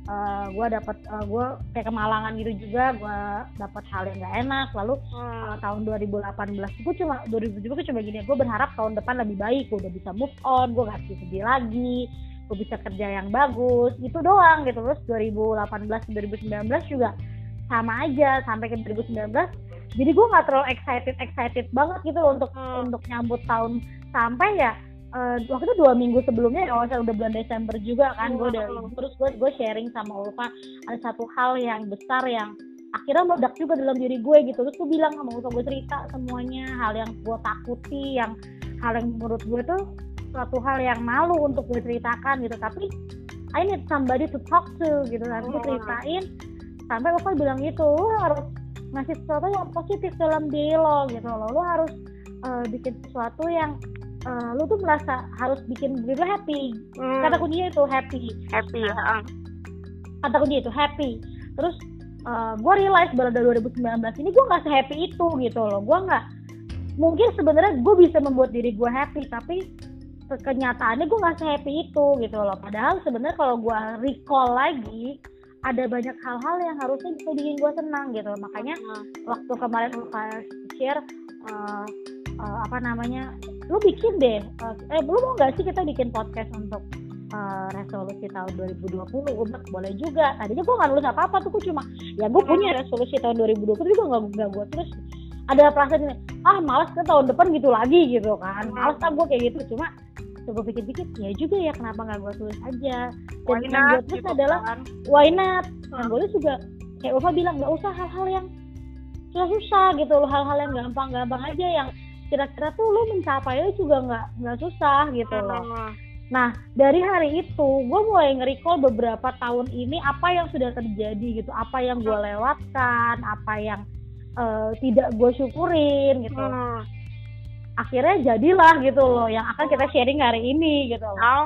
uh, gue dapat uh, gue kayak kemalangan gitu juga, gue dapat hal yang nggak enak. Lalu hmm. uh, tahun dua ribu delapan belas gue cuma dua ribu tujuh belas gue cuma gini, gue berharap tahun depan lebih baik, gue udah bisa move on, gue nggak sedih lagi, gue bisa kerja yang bagus, itu doang gitu. Terus dua ribu delapan belas dua ribu sembilan belas juga sama aja sampai ke dua ribu sembilan belas. Jadi gue nggak terlalu excited excited banget gitu loh untuk hmm. untuk nyambut tahun, sampai ya uh, waktu itu dua minggu sebelumnya ya, udah bulan Desember juga kan, gue udah terus gue gue sharing sama Ulfa ada satu hal yang besar yang akhirnya meledak juga dalam diri gue gitu. Terus gue bilang sama Ulfa, gue cerita semuanya, hal yang gue takuti, yang hal yang menurut gue tuh suatu hal yang malu untuk gue ceritakan gitu, tapi I need somebody to talk to gitu. Nanti gue ceritain sampai Ulfa bilang gitu, lu harus ngasih sesuatu yang positif dalam diri lo gitu loh, lo harus uh, bikin sesuatu yang uh, lo tuh merasa harus bikin diri lo happy. hmm. Kata kuncinya itu happy happy ya. Kata kuncinya itu happy. Terus uh, gue realize baru dari dua ribu sembilan belas ini gue nggak se-happy itu gitu loh. Gue nggak, mungkin sebenarnya gue bisa membuat diri gue happy, tapi kenyataannya gue nggak se-happy itu gitu loh. Padahal sebenarnya kalau gue recall lagi, ada banyak hal-hal yang harusnya bisa bikin gue senang gitu. Makanya hmm. waktu kemarin Ulfa share uh, uh, apa namanya, lu bikin deh uh, eh lu mau nggak sih kita bikin podcast untuk uh, resolusi tahun dua ribu dua puluh? Gue bilang boleh juga. Tadinya gue nggak nulis apa-apa tuh, gue cuma ya gue punya resolusi tahun dua ribu dua puluh juga nggak nggak gue terus ada perasaan ini, ah malas ke tahun depan gitu lagi gitu kan, malas kan gue kayak gitu. Cuma gue pikir-pikir ya juga ya, kenapa nggak gue tulis aja. Dan yang gue tulis gitu adalah kan? Why not? Yang gue tulis juga kayak Ulfa bilang, nggak usah hal-hal yang susah-susah gitu loh, hal-hal yang gampang-gampang aja yang kira-kira tuh lo mencapainya juga nggak nggak susah gitu loh. Nah dari hari itu gue mulai nge-recall beberapa tahun ini apa yang sudah terjadi gitu, apa yang gue lewatkan, apa yang uh, tidak gue syukurin gitu. Hmm. Akhirnya jadilah gitu loh yang akan kita sharing hari ini gitu loh. Oh,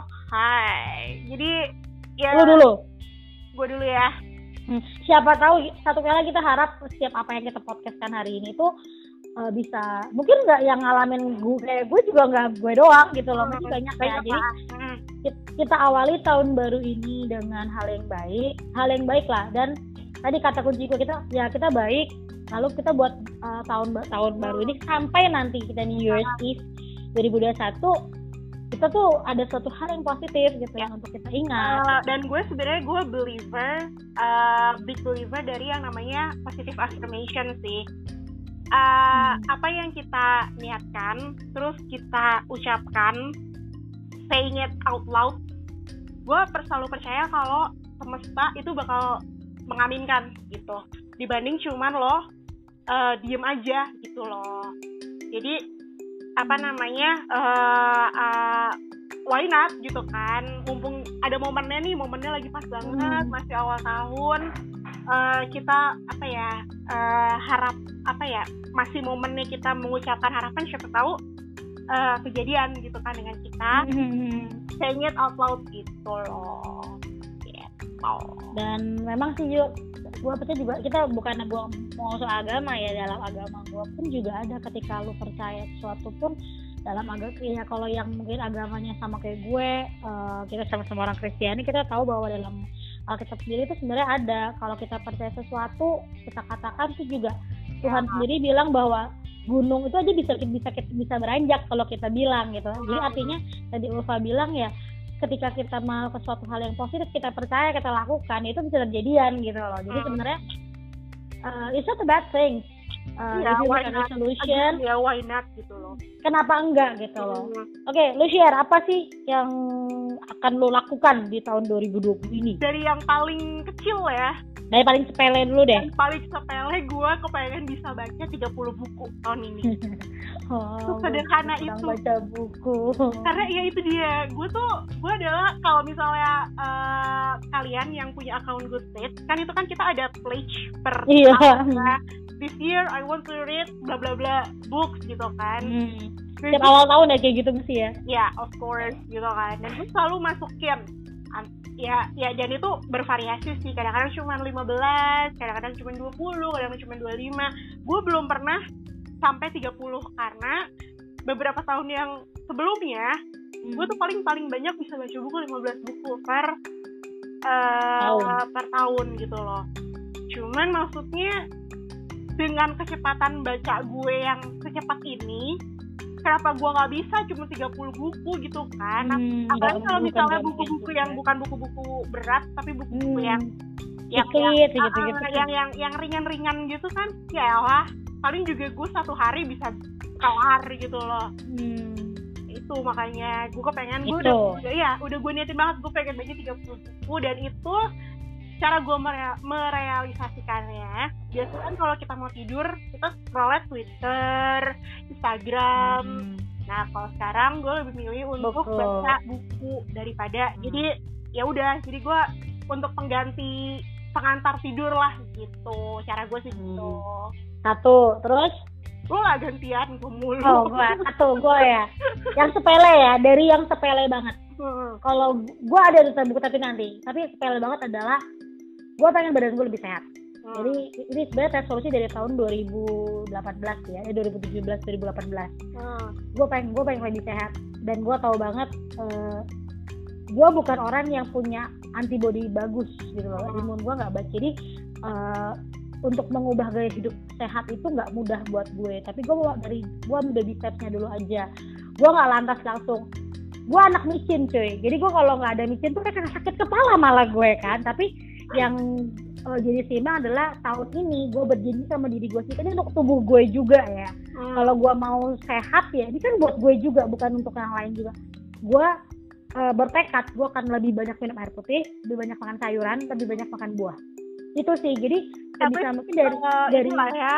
hai. Jadi ya lu dulu. Gue dulu ya. Hmm, siapa tahu satu kali kita harap setiap apa yang kita podcastkan hari ini tuh uh, bisa, mungkin nggak yang ngalamin gue kayak gue juga nggak gue doang gitu loh, mungkin hmm, banyak ya. Jadi hmm. kita awali tahun baru ini dengan hal yang baik, hal yang baik lah. Dan tadi kata kunci kita ya kita baik. Lalu kita buat uh, tahun tahun baru ini sampai nanti kita New Year's Eve dua ribu dua puluh satu, kita tuh ada suatu hal yang positif gitu ya, yang untuk kita ingat. Uh, dan gue sebenarnya gue believer, uh, big believer dari yang namanya positive affirmation sih. Uh, hmm. Apa yang kita niatkan, terus kita ucapkan, saying it out loud. Gue selalu percaya kalau semesta itu bakal mengaminkan gitu. Dibanding cuman lo uh, diem aja gitu loh. Jadi apa namanya uh, uh, why not gitu kan, mumpung ada momennya nih, momennya lagi pas banget, masih awal tahun, uh, kita apa ya uh, harap apa ya masih momennya kita mengucapkan harapan, siapa tahu uh, kejadian gitu kan dengan kita. mm-hmm. Saying it out loud gitu loh gitu. Dan memang sih yuk, gue percaya juga, kita bukan gue mau soal agama ya, dalam agama gue pun juga ada ketika lu percaya sesuatu pun dalam agama ya, kalau yang mungkin agamanya sama kayak gue, uh, kita sama-sama orang Kristiani, kita tahu bahwa dalam Alkitab sendiri itu sebenarnya ada, kalau kita percaya sesuatu kita katakan itu juga Tuhan ya. Sendiri bilang bahwa gunung itu aja bisa bisa bisa beranjak kalau kita bilang gitu. Jadi artinya tadi Ulfa bilang ya, ketika kita mau ke suatu hal yang positif, kita percaya, kita lakukan, itu bisa terjadian gitu loh. Jadi hmm. sebenarnya uh, it's not a bad thing. Uh, ya, if you make a resolution, ya why not gitu loh. Kenapa enggak gitu loh. Hmm. Oke, okay, lu share apa sih yang akan lu lakukan di tahun dua ribu dua puluh ini? Dari yang paling kecil ya. Dari paling sepele dulu deh. Yang paling sepele, gue kepengen bisa baca tiga puluh buku tahun ini. Oh, sederhana itu. Baca buku. Karena ya itu dia, gue tuh, gue adalah kalau misalnya uh, kalian yang punya akun Goodreads, kan itu kan kita ada pledge per iya. tahun ya. This year I want to read bla bla bla books gitu kan. Hmm. Setiap awal tahun ya kayak gitu mesti ya. Ya, of course gitu kan. Dan gue selalu masukin. Ya, ya dan itu bervariasi sih. Kadang-kadang cuma lima belas, kadang-kadang cuma dua puluh, kadang-kadang cuma dua puluh lima. Gue belum pernah sampai tiga puluh karena beberapa tahun yang sebelumnya hmm. gue tuh paling paling banyak bisa baca buku lima belas buku per uh, per tahun gitu loh. Cuman maksudnya dengan kecepatan baca gue yang secepat ini, kenapa gue nggak bisa cuma tiga puluh buku gitu kan? Hmm, apalagi kalau misalnya buku-buku yang kan. bukan buku-buku berat, tapi buku-buku hmm. yang yang yang, gitu, uh, gitu. yang yang yang ringan-ringan gitu kan, ya lah paling juga gue satu hari bisa kelar gitu loh. Hmm. Itu makanya gue kepengen gue udah, udah ya udah gue niatin banget gue pengen baca tiga puluh buku, dan itu cara gue mere- merealisasikannya biasanya kan kalau kita mau tidur kita scroll Twitter, Instagram. Hmm. Nah kalau sekarang gue lebih milih untuk buku. baca buku daripada hmm. jadi ya udah jadi gue untuk pengganti pengantar tidur lah gitu, cara gue sih gitu. Hmm. Satu, terus gue gak gantian gue mulu. Oh gue satu gue ya yang sepele ya, dari yang sepele banget. Hmm. Kalau gue ada di buku tapi nanti tapi sepele banget adalah gue pengen badan gue lebih sehat. Hmm. Jadi ini sebenarnya resolusi dari tahun dua ribu delapan belas ya, eh dua ribu tujuh belas dua ribu delapan belas. Hmm. Gue pengen gue pengen lebih sehat, dan gue tahu banget uh, gue bukan orang yang punya antibody bagus gitu loh. Hmm. Imun gue nggak baik, jadi uh, untuk mengubah gaya hidup sehat itu nggak mudah buat gue. Tapi gue dari gue baby stepsnya dulu aja. Gue nggak lantas langsung. Gue anak micin cuy. Jadi gue kalau nggak ada micin tuh kayak sakit kepala malah gue kan. Tapi yang uh, jadi seimbang adalah tahun ini gue berjanji sama diri gue sih. Ini untuk tubuh gue juga ya. Hmm. Kalau gue mau sehat ya, ini kan buat gue juga, bukan untuk yang lain juga. Gue uh, bertekad gue akan lebih banyak minum air putih, lebih banyak makan sayuran, lebih banyak makan buah. Itu sih. Jadi tapi bisa mungkin dari uh, dari lah ya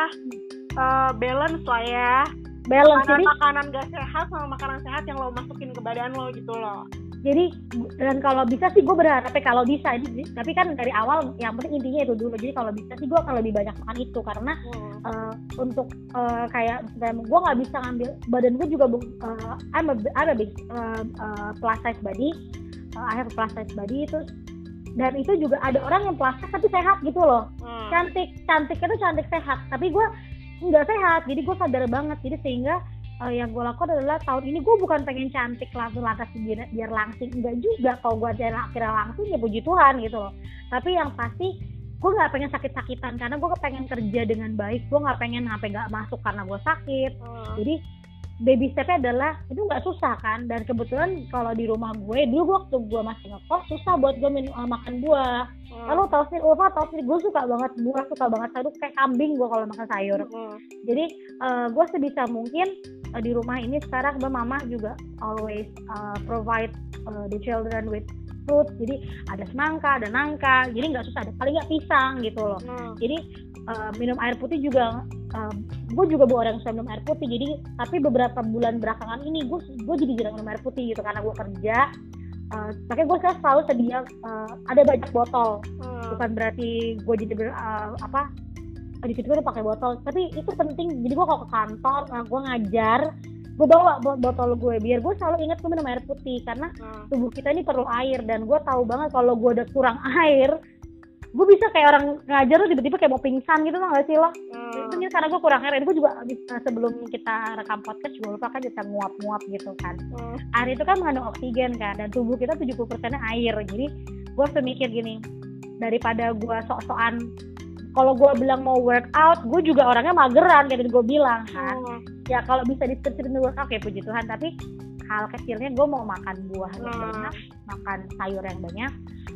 uh, balance lah ya. Balance. Makanan, jadi makanan gak sehat sama makanan sehat yang lo masukin ke badan lo gitu loh. Jadi dan kalau bisa sih gue berharap kalau bisa ini, tapi kan dari awal yang penting intinya itu dulu. Jadi kalau bisa sih gue akan lebih banyak makan itu karena hmm. uh, untuk uh, kayak gue nggak bisa ngambil badan gue juga uh, I'm a, I'm a big uh, uh, plus size body, uh, I have a plus size body itu. Dan itu juga ada orang yang plus size tapi sehat gitu loh. Hmm. Cantik, cantik itu cantik sehat. Tapi gue nggak sehat, jadi gue sadar banget. Jadi sehingga uh, yang gue lakukan adalah tahun ini gue bukan pengen cantik langsung lantas biar, biar langsing, enggak juga. Kalau gue akhirnya langsing ya puji Tuhan gitu loh. Tapi yang pasti gue nggak pengen sakit-sakitan karena gue pengen kerja dengan baik. Gue nggak pengen sampai nggak masuk karena gue sakit. Hmm. Jadi baby stepnya adalah itu nggak susah kan, dan kebetulan kalau di rumah gue dulu waktu gue masih ngekos susah buat gue minum uh, makan buah. Hmm. Lalu tau sih, Ulfa tau sih gue suka banget buah, suka banget sayur, kayak kambing gue kalau makan sayur. Hmm. Jadi uh, gue sebisa mungkin uh, di rumah ini sekarang gue mama juga always uh, provide uh, the children with fruit. Jadi ada semangka, ada nangka, jadi nggak susah, ada paling nggak pisang gitu loh. Hmm. Jadi uh, minum air putih juga. Uh, gue juga bukan orang yang suka minum air putih, jadi tapi beberapa bulan belakangan ini gue gue jadi jarang minum air putih gitu karena gue kerja. Uh, makanya gue selalu sedia uh, ada banyak botol. Hmm. Bukan berarti gue jadi ber, uh, apa di situ gue pakai botol, tapi itu penting. Jadi gue kalau ke kantor, uh, gue ngajar, gue bawa botol gue biar gue selalu ingat gue minum air putih karena hmm. tubuh kita ini perlu air, dan gue tahu banget kalau gue udah kurang air gue bisa kayak orang ngajar tuh tiba-tiba kayak mau pingsan gitu, tau gak sih lo? Hmm. Itu karena gue kurang air. Gue juga sebelum kita rekam podcast juga lupa kan kita nguap-nguap gitu kan. Hmm. Air itu kan mengandung oksigen kan, dan tubuh kita tujuh puluh persennya air. Jadi gue harus mikir gini, daripada gue sok-sokan kalau gue bilang mau workout, gue juga orangnya mageran kayak gue bilang kan. Hmm. Ya kalau bisa disiplin workout kayak puji Tuhan, tapi hal kecilnya gue mau makan buah yang hmm. banyak, makan sayur yang banyak,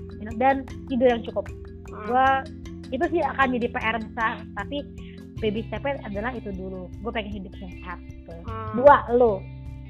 dan tidur yang cukup. Gue itu sih akan jadi P R besar, tapi baby step adalah itu dulu. Gue pengen hidup sehat. Hmm. Dua, lo?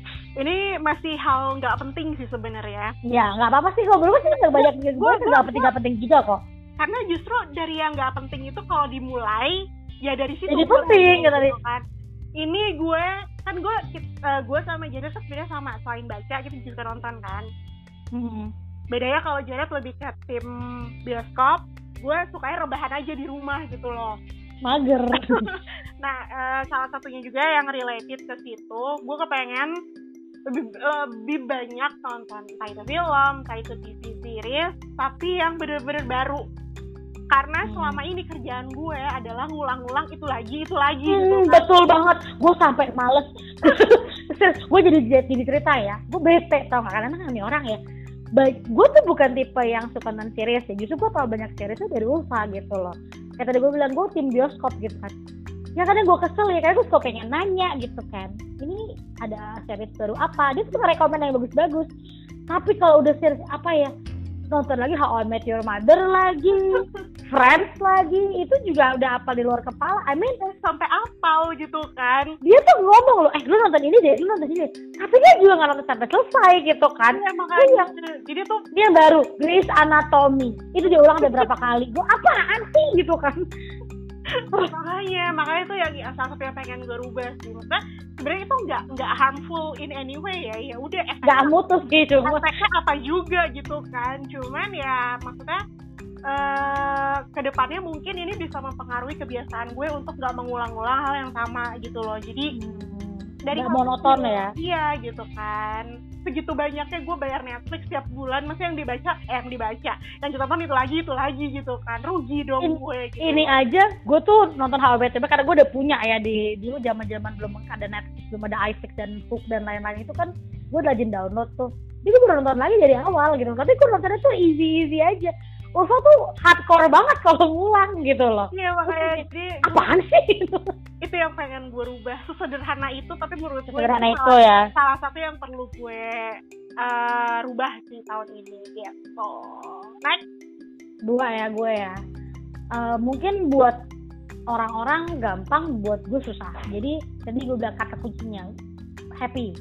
Ini masih hal nggak penting sih sebenarnya. Ya nggak apa-apa sih, kalau belum sih banyak gue nggak penting nggak penting juga kok. Karena justru dari yang nggak penting itu kalau dimulai ya dari situ. Jadi penting gitu kan. Ini gue kan gue uh, gue sama Jared sebenarnya sama, selain baca kita juga nonton kan. Hmm. Bedanya kalau Jared lebih ke tim bioskop, gue sukanya rebahan aja di rumah gitu loh. Mager. Nah, uh, salah satunya juga yang related ke situ, gue kepengen lebih, lebih banyak nonton entah itu film, entah itu T V series, tapi yang bener-bener baru. Karena hmm. selama ini kerjaan gue adalah ngulang-ngulang itu lagi, itu lagi. Hmm, gitu kan. Betul banget. Gue sampai males. Gue jadi jadi cerita ya. Gue bete tau gak, karena kan ini orang ya. baik gue tuh bukan tipe yang suka non series ya, justru gue tau banyak seriesnya dari Ulfa gitu loh. Kayak tadi gue bilang gue tim bioskop gitu kan, ya kadang gue kesel ya, kayak gue suka pengen nanya gitu kan, ini ada series baru apa, dia suka rekomen yang bagus-bagus. Tapi kalau udah series apa ya, nonton lagi How I Met Your Mother lagi, Friends lagi, itu juga udah apa di luar kepala. I mean sampai apal gitu kan. Dia tuh ngomong loh, eh lu nonton ini deh, lu nonton ini deh. Tapi dia juga nggak nonton sampai selesai gitu kan. Ya, makanya yang, jadi tuh dia baru Grey's Anatomy itu dia ulang udah berapa kali. Gue apaan sih gitu kan. makanya makanya tuh yang salah satu yang pengen gue rubah sih, maksudnya sebenarnya itu nggak nggak harmful in any way ya, ya udah nggak mutus gitu, efeknya apa juga gitu kan, cuman ya maksudnya uh, kedepannya mungkin ini bisa mempengaruhi kebiasaan gue untuk nggak mengulang-ulang hal yang sama gitu loh, jadi hmm, dari monoton ya, iya gitu kan. Segitu banyaknya gue bayar Netflix tiap bulan, masih yang dibaca eh yang dibaca yang ditonton itu lagi itu lagi gitu kan, rugi dong In, gue gitu. Ini aja gue tuh nonton How I Met Your Mother karena gue udah punya ya, di dulu zaman-zaman belum ada Netflix, belum ada iFlix dan Hook dan lain-lain itu kan gue udah rajin download tuh, jadi gue nonton lagi dari awal gitu, tapi gue nontonnya tuh easy-easy aja. Ulfa tuh hardcore banget kalau ngulang gitu loh. Iya makanya jadi apaan sih itu? Itu yang pengen gue rubah, sesederhana itu, tapi menurut gue sederhana itu, itu salah, ya salah satu yang perlu gue uh, rubah di tahun ini gitu. Next dua ya gue ya, uh, mungkin buat orang-orang gampang, buat gue susah. Jadi tadi gue bilang kata kuncinya happy.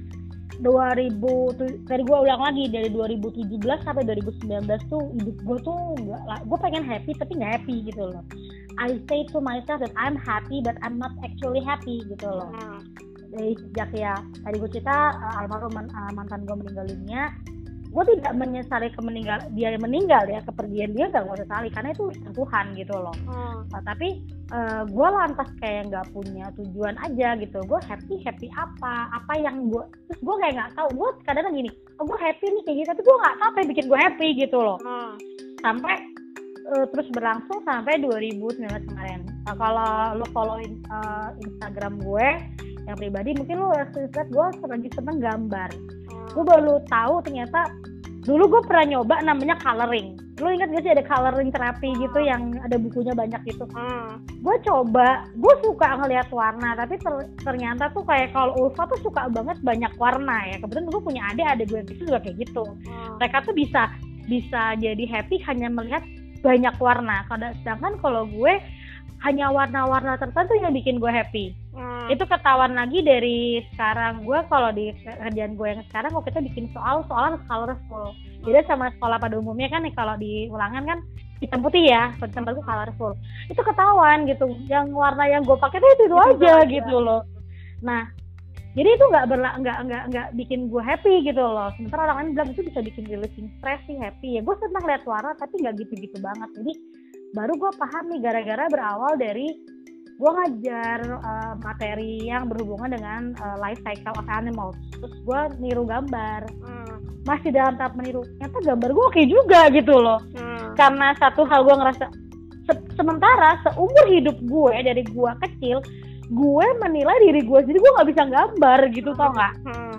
dua ribu dari gue ulang lagi dari dua ribu tujuh belas sampai dua ribu sembilan belas tuh hidup gue tuh gak, gue pengen happy tapi nggak happy gitu loh. I say to myself that I'm happy but I'm not actually happy gitu loh. Hmm. Dari sejak ya tadi gue cerita uh, almarhum uh, mantan gue meninggal dunia, gue tidak menyesali kemeninggal dia meninggal ya, kepergian dia gak gue sesali karena itu Tuhan gitu loh. Hmm. Nah, tapi uh, gue lantas kayak nggak punya tujuan aja gitu. Gue happy happy apa apa yang gue terus gue kayak nggak tahu. Gue kadang-kadang gini, oh gue happy nih kayak gitu, tapi gue nggak tahu apa yang bikin gue happy gitu loh. Hmm. Sampai uh, terus berlangsung sampai dua ribu sembilan belas kemarin. Nah, kalau lo followin uh, Instagram gue yang pribadi, mungkin lo lihat gue lagi seneng gambar. Hmm. Gue baru tahu ternyata dulu gue pernah nyoba namanya coloring. Lo ingat gak sih ada coloring terapi gitu yang ada bukunya banyak gitu. Hmm. Gue coba, gue suka ngeliat warna, tapi ter- ternyata tuh kayak kalau Ulfa tuh suka banget banyak warna ya. Kebetulan gue punya adik, adik gue itu juga kayak gitu. Hmm. Mereka tuh bisa bisa jadi happy hanya melihat banyak warna. Sedangkan kalau gue hanya warna-warna tertentu yang bikin gue happy. Hmm. Itu ketahuan lagi dari sekarang gue kalau di kerjaan gue yang sekarang, kalau kita bikin soal soal harus colorful. Beda sama sekolah pada umumnya kan nih, kalau di ulangan kan hitam putih ya, hitam putih colorful. Itu ketahuan gitu. Yang warna yang gue pakai tuh itu, itu aja gitu loh. Nah, jadi itu nggak berla nggak nggak nggak bikin gue happy gitu loh. Sementara orang lain bilang itu bisa bikin releasing stress sih, happy ya. Gue senang lihat warna tapi nggak gitu-gitu banget. Jadi baru gue paham nih, gara-gara berawal dari gue ngajar uh, materi yang berhubungan dengan uh, life cycle of animals. Terus gue niru gambar. Hmm. Masih dalam tahap meniru, ternyata gambar gue oke juga gitu loh. Hmm. Karena satu hal gue ngerasa se- sementara seumur hidup gue dari gue kecil, gue menilai diri gue sendiri gue nggak bisa gambar gitu, hmm. tau nggak? Hmm.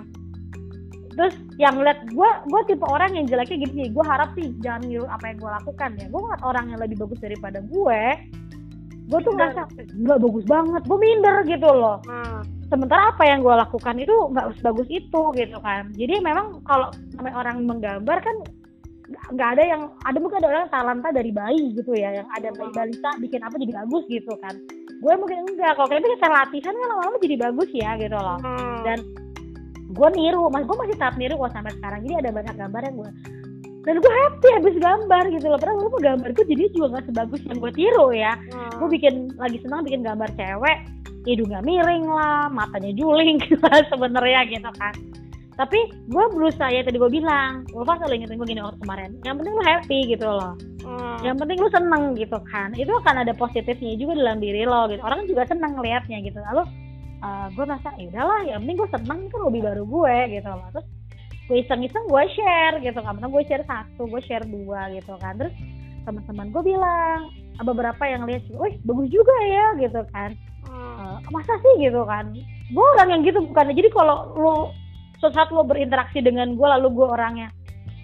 Terus yang ngeliat gue, gue tipe orang yang jeleknya gini sih, gue harap sih jangan niru apa yang gue lakukan ya. Gue ngeliat orang yang lebih bagus daripada gue, gue tuh ngerasa nggak bagus banget, gue minder gitu loh. Hmm. Sementara apa yang gue lakukan itu nggak sebagus itu gitu kan. Jadi memang kalau namanya orang menggambar kan nggak ada yang, ada mungkin ada orang talenta dari bayi gitu ya, yang ada bayi balita bikin apa jadi bagus gitu kan. Gue mungkin enggak, kalau kalian bisa latihan kan lama-lama jadi bagus ya gitu loh. Hmm. Dan gue niru, mas gue masih tahap niru kok sampai sekarang. Jadi ada banyak gambar yang gue, dan gue happy habis gambar gitu loh. Padahal gue gambar gue jadi juga nggak sebagus yang gue tiru ya. Hmm. Gue bikin lagi senang bikin gambar cewek, hidungnya miring lah, matanya juling gitu sebenarnya gitu kan. Tapi gue berusaha ya, tadi gue bilang, gue pas selalu ingetin gue gini waktu kemarin, yang penting lu happy gitu loh. Hmm. Yang penting lu seneng gitu kan. Itu akan ada positifnya juga dalam diri lo gitu. Orang juga seneng ngelihatnya gitu. Lalu Uh, gue merasa ya udahlah, yang penting gue seneng, kan hobi baru gue gitu loh. Terus gue iseng-iseng gue share gitu kan, gue share satu, gue share dua gitu kan. Terus teman-teman gue bilang, beberapa yang lihat, wih bagus juga ya gitu kan. Uh, masa sih gitu kan. Gue orang yang gitu bukan. Jadi kalau lo suatu saat lo berinteraksi dengan gue, lalu gue orangnya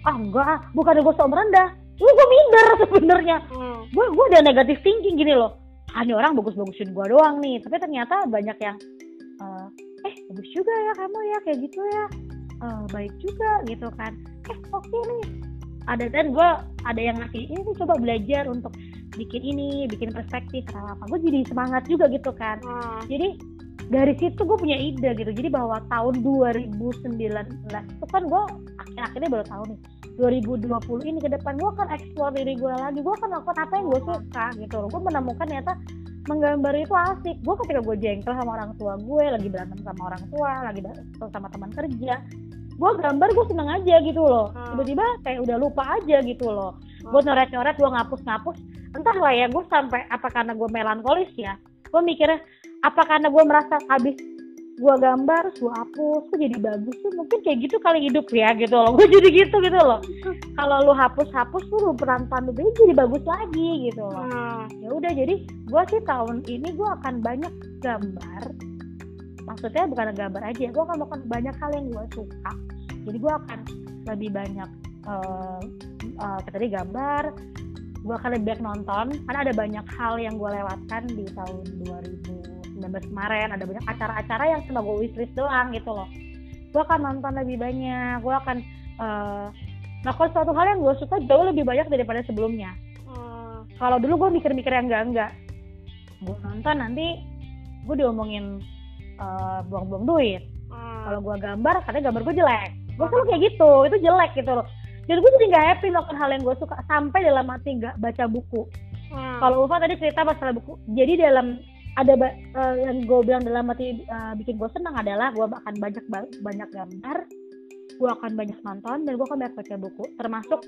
ah enggak, ah, bukan gue sok merendah, lu gue minder sebenarnya. Hmm. Gue gue ada negatif thinking gini loh, ah ini orang bagus-bagusin gue doang nih, tapi ternyata banyak yang uh, eh bagus juga ya kamu ya kayak gitu ya, uh, baik juga gitu kan, eh oke okay nih. Ada dan gue ada yang ngasih ini nih coba belajar untuk bikin ini, bikin perspektif apa, gue jadi semangat juga gitu kan. Hmm. Jadi dari situ gue punya ide gitu, jadi bahwa tahun dua ribu sembilan belas itu kan gue akhir-akhirnya baru tahu nih dua ribu dua puluh ini ke depan gue akan explore diri gue lagi, gue akan lakukan apa yang gue suka gitu loh. Gue menemukan ternyata menggambar itu asik. Gue ketika gue jengkel sama orang tua gue, lagi berantem sama orang tua, lagi sama teman kerja, gue gambar gue seneng aja gitu loh. Tiba-tiba kayak udah lupa aja gitu loh. Gue nyoret-nyoret, gue ngapus-ngapus, entahlah ya gue sampai apa karena gue melankolis ya, gue mikirnya apa karena gue merasa habis gue gambar, gue hapus, gue jadi bagus tuh, mungkin kayak gitu kali hidup ya gitu loh. Gue jadi gitu gitu loh. Kalau lu hapus-hapus tuh lu pelan-pelan lu jadi bagus lagi gitu loh. Hmm. Ya udah, jadi gue sih tahun ini gue akan banyak gambar. Maksudnya bukan gambar aja, gue akan melakukan banyak hal yang gue suka. Jadi gue akan lebih banyak uh, uh, tadi gambar, gue akan lebih banyak nonton karena ada banyak hal yang gue lewatkan di tahun dua ribu sembilan belas kemarin. Ada banyak acara-acara yang cuma gue wishlist doang gitu loh. Gue akan nonton lebih banyak, gue akan uh, melakukan suatu hal yang gue suka jauh lebih banyak daripada sebelumnya. Hmm. Kalau dulu gue mikir-mikir yang enggak-enggak, gue nonton nanti gue diomongin uh, buang-buang duit. Hmm. Kalau gue gambar katanya gambar gue jelek, gue selalu kayak gitu, itu jelek gitu loh. Dan gue jadi gak happy melakukan hal yang gue suka sampai dalam hati gak baca buku. Hmm. Kalau Ulfa tadi cerita masalah buku, jadi dalam ada uh, yang gue bilang dalam hati uh, bikin gue senang adalah gue akan banyak banyak gambar, gue akan banyak nonton, dan gue akan banyak baca buku. Termasuk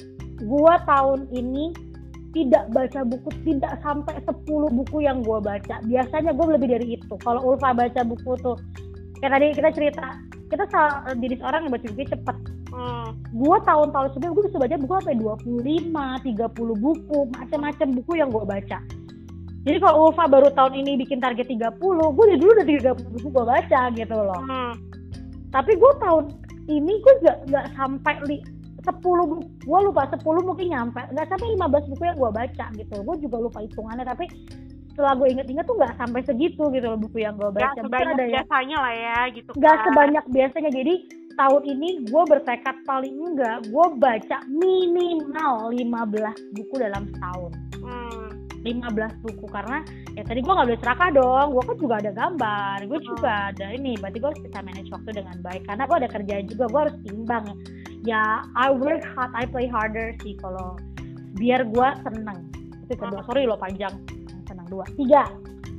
gue tahun ini tidak baca buku, tidak sampai sepuluh buku yang gue baca. Biasanya gue lebih dari itu. Kalau Ulfa baca buku tuh kayak tadi kita cerita, kita salah jenis orang yang baca buku cepet. Hmm. Gue tahun-tahun sebelumnya gue bisa baca buku sampai dua puluh lima, tiga puluh buku, macam-macam buku yang gue baca. Jadi kalau Ulfa baru tahun ini bikin target tiga puluh, gue dari dulu udah tiga puluh buku gue baca gitu loh. Hmm. Tapi gue tahun ini gue gak, gak sampai li, sepuluh buku, gue lupa sepuluh mungkin nyampe, gak sampai lima belas buku yang gue baca gitu. Gue juga lupa hitungannya, tapi setelah gue inget-inget tuh gak sampai segitu gitu loh buku yang gue baca. Gak sebanyak ada biasanya ya, lah ya gitu kan. Gak sebanyak biasanya, jadi tahun ini gue bertekad paling enggak gue baca minimal lima belas buku dalam setahun. Hmm. lima belas buku, karena ya tadi gue gak boleh serakah dong, gue kan juga ada gambar, gue hmm. juga ada ini, berarti gue harus bisa manage waktu dengan baik, karena gue ada kerjaan juga, gue harus timbang ya. I work hard, I play harder sih kalau biar gue seneng. Itu kedua, sorry lo panjang, senang dua, tiga.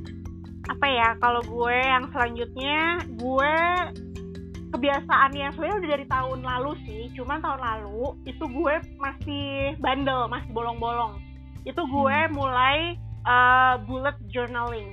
Apa ya, kalau gue yang selanjutnya, gue kebiasaan yang sebenarnya udah dari tahun lalu sih, cuman tahun lalu itu gue masih bandel, masih bolong-bolong. Itu gue hmm. mulai uh, bullet journaling.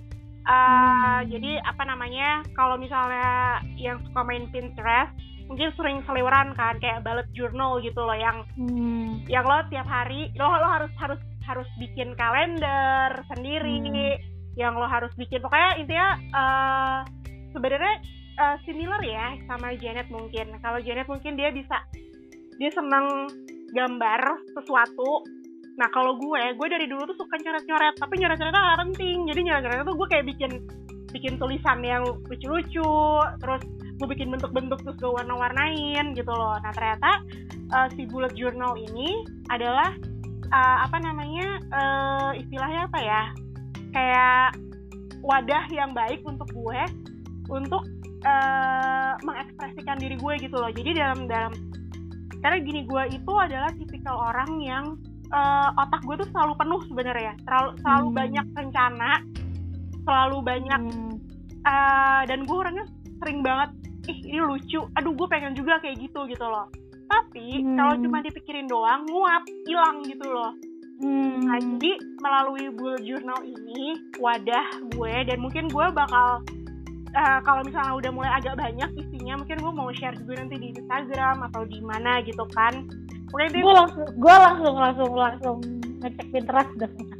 Uh, hmm. Jadi apa namanya, kalau misalnya yang suka main Pinterest mungkin sering seliweran kan kayak bullet journal gitu loh, yang hmm. yang lo tiap hari lo lo harus harus harus bikin kalender sendiri, hmm. yang lo harus bikin, pokoknya intinya uh, sebenarnya uh, similar ya sama Janet mungkin. Kalau Janet mungkin dia bisa dia seneng gambar sesuatu. Nah kalau gue, gue dari dulu tuh suka nyoret-nyoret, tapi nyoret-nyoretnya gak penting. Jadi nyoret-nyoretnya tuh gue kayak bikin bikin tulisan yang lucu-lucu, terus gue bikin bentuk-bentuk terus gue warna-warnain gitu loh. Nah ternyata uh, si bullet journal ini adalah uh, apa namanya, uh, istilahnya apa ya, kayak wadah yang baik untuk gue untuk uh, mengekspresikan diri gue gitu loh. Jadi dalam dalam karena gini, gue itu adalah tipikal orang yang Uh, otak gue tuh selalu penuh sebenarnya, selalu, selalu hmm. banyak rencana, selalu banyak hmm. uh, dan gue orangnya sering banget, ih ini lucu, aduh gue pengen juga kayak gitu gitu loh. Tapi hmm. kalau cuma dipikirin doang, nguap, hilang gitu loh. Hmm. Nah, jadi melalui bullet journal ini wadah gue, dan mungkin gue bakal uh, kalau misalnya udah mulai agak banyak isinya, mungkin gue mau share juga nanti di Instagram atau di mana gitu kan. Gue langsung, gue langsung langsung langsung ngecek Pinterest deh.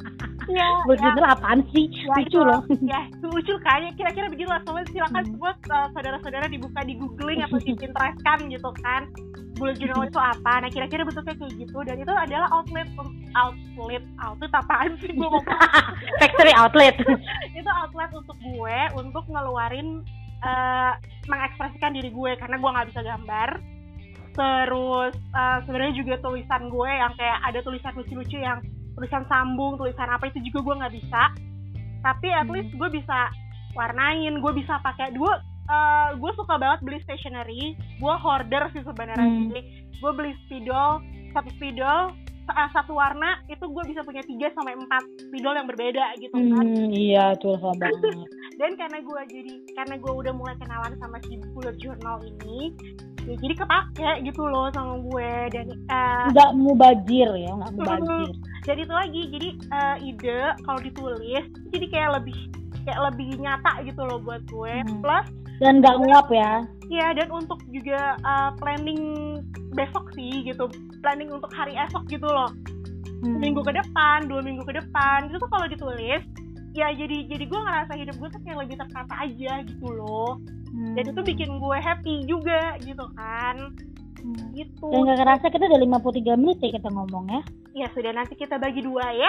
ya, bullet ya. journal apaan sih? Ya, lucu itu, loh. Ya lucu kan ya, kira-kira begitu lah. Soalnya silakan hmm. buat uh, saudara-saudara dibuka di googling atau di Pinterest kan gitu kan, bullet journal itu apa. Nah kira-kira bentuknya kayak gitu, dan itu adalah outlet outlet outlet apaan sih gue ngomong factory outlet. Itu outlet untuk gue untuk ngeluarin uh, mengekspresikan diri gue, karena gue nggak bisa gambar. Terus uh, sebenarnya juga tulisan gue yang kayak ada tulisan lucu-lucu yang tulisan sambung, tulisan apa itu juga gue nggak bisa. Tapi at least gue bisa warnain, gue bisa pakai. Gue uh, gue suka banget beli stationery. Gue hoarder sih sebenarnya. Hmm. Jadi gue beli spidol, satu spidol uh, satu warna itu gue bisa punya tiga sampai empat spidol yang berbeda gitu kan. Hmm, iya tuh banget. Dan karena gue jadi karena gue udah mulai kenalan sama si bullet journal ini, ya jadi kepake gitu loh sama gue. Dan uh, nggak mubazir ya, nggak mubazir. Jadi itu lagi, jadi uh, ide kalau ditulis jadi kayak lebih kayak lebih nyata gitu loh buat gue. Hmm. Plus dan nggak nguap ya. Iya, dan untuk juga uh, planning besok sih gitu, planning untuk hari esok gitu loh. Hmm. Minggu ke depan, dua minggu ke depan itu tuh kalau ditulis ya jadi jadi gue ngerasa hidup gue tuh kayak lebih tertata aja gitu loh. Hmm. Dan itu bikin gue happy juga gitu kan. Hmm. Gitu. Dan gak kerasa kita udah lima puluh tiga menit ya kita ngomong ya. Ya sudah, nanti kita bagi dua ya.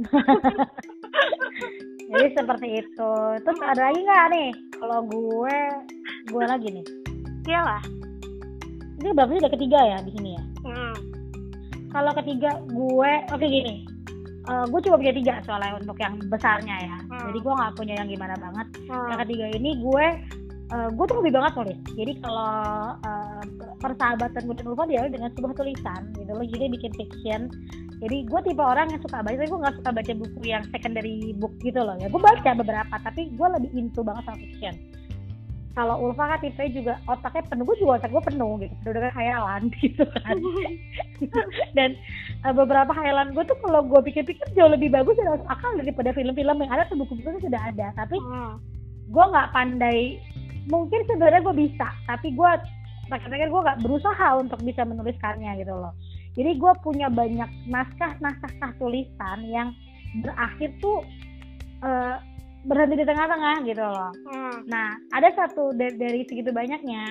Jadi seperti itu. Terus ada lagi gak nih? Kalau gue gue lagi nih. Iyalah. Ini berarti udah ketiga ya di sini ya. Hmm. Kalau ketiga gue oke okay, gini. Uh, gue cuma punya tiga soalnya untuk yang besarnya ya. Hmm. Jadi gue nggak punya yang gimana banget. Hmm. Yang ketiga ini gue, uh, gue tuh hobi banget nulis. Jadi kalau uh, persahabatan gue dan Ulfa diawali dengan sebuah tulisan, gitu loh. Jadi bikin fiction. Jadi gue tipe orang yang suka baca, tapi gue nggak suka baca buku yang secondary book gitu loh. Ya gue baca beberapa, tapi gue lebih into banget sama fiction. Kalau Ulfa kan tipe juga otaknya penuh, gue juga otak gue penuh gitu, penuh dengan khayalan gitu kan. Dan uh, beberapa khayalan gue tuh kalau gue pikir-pikir jauh lebih bagus dan masuk akal daripada film-film yang ada tuh, buku-buku itu sudah ada. Tapi hmm. gue nggak pandai, mungkin sebenarnya gue bisa, tapi gue pikir-pikir gue nggak berusaha untuk bisa menuliskannya gitu loh. Jadi gue punya banyak naskah-naskah tulisan yang berakhir tuh uh, berhenti di tengah-tengah gitu loh. Hmm. Nah, ada satu dari, dari segitu banyaknya,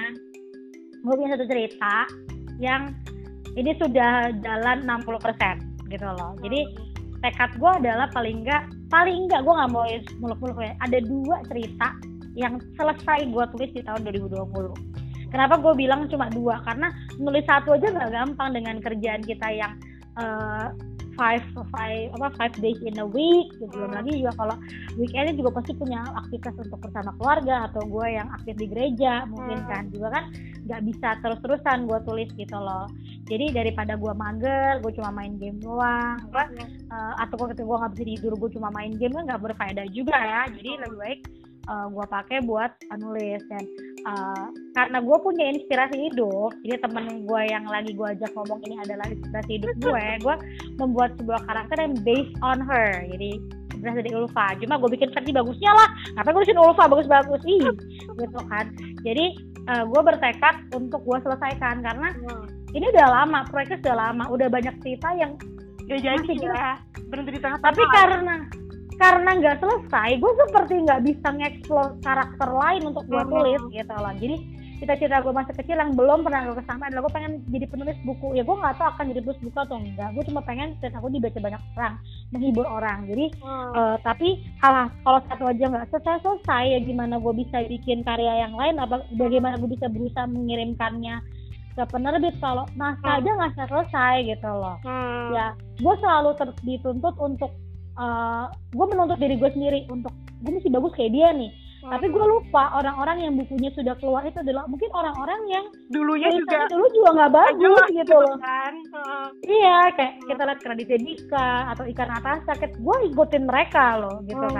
gue punya satu cerita yang ini sudah jalan enam puluh persen gitu loh. Jadi tekad gue adalah paling enggak, paling enggak gue nggak mau muluk-muluk ya. Ada dua cerita yang selesai gue tulis di tahun dua ribu dua puluh. Kenapa gue bilang cuma dua? Karena nulis satu aja nggak gampang dengan kerjaan kita yang uh, five five apa five days in a week gitu. Belum lagi juga kalau weekendnya juga pasti punya aktivitas untuk bersama keluarga, atau gue yang aktif di gereja mungkin kan juga kan nggak bisa terus-terusan gue tulis gitu loh. Jadi daripada gue mager, gue cuma main game doang, apa uh, atau ketika gue nggak bisa tidur gue cuma main game, kan nggak berfaedah juga ya. Jadi lebih baik uh, gue pakai buat nulis. Dan uh, karena gue punya inspirasi hidup, jadi temen gue yang lagi gue ajak ngomong ini adalah inspirasi hidup gue, gue membuat sebuah karakter yang based on her. Jadi berasal dari Ulfa, cuma gue bikin versi bagusnya lah. Ngapain gue bikin Ulfa bagus-bagus ih gitu kan. Jadi uh, gue bertekad untuk gue selesaikan, karena hmm. ini udah lama, proyeknya sudah lama, udah banyak cerita yang udah jadi ya berhenti di tengah-tengah. Tapi karena karena nggak selesai, gue seperti nggak bisa nge-explore karakter lain untuk gue tulis hmm. gitu loh. Jadi cita-cita gue masa kecil yang belum pernah gue kesampaian adalah gue pengen jadi penulis buku. Ya gue nggak tahu akan jadi penulis buku atau enggak, gue cuma pengen cerita aku dibaca banyak orang, menghibur orang. Jadi hmm. uh, tapi kalau kalau satu aja nggak selesai-selesai, ya gimana gue bisa bikin karya yang lain, apa bagaimana gue bisa berusaha mengirimkannya ke penerbit kalau naskah hmm. aja nggak selesai gitu loh. hmm. Ya gue selalu ter- dituntut untuk Uh, gue menuntut diri gue sendiri untuk gue mesti bagus kayak dia nih. Hmm. Tapi gue lupa orang-orang yang bukunya sudah keluar itu adalah mungkin orang-orang yang dulunya juga dulu juga nggak bagus gitu loh. Kan? Hmm. Iya, kayak hmm. kita lihat Raditya Dika atau Ika Natasha, gue ikutin mereka loh gitu hmm. kan.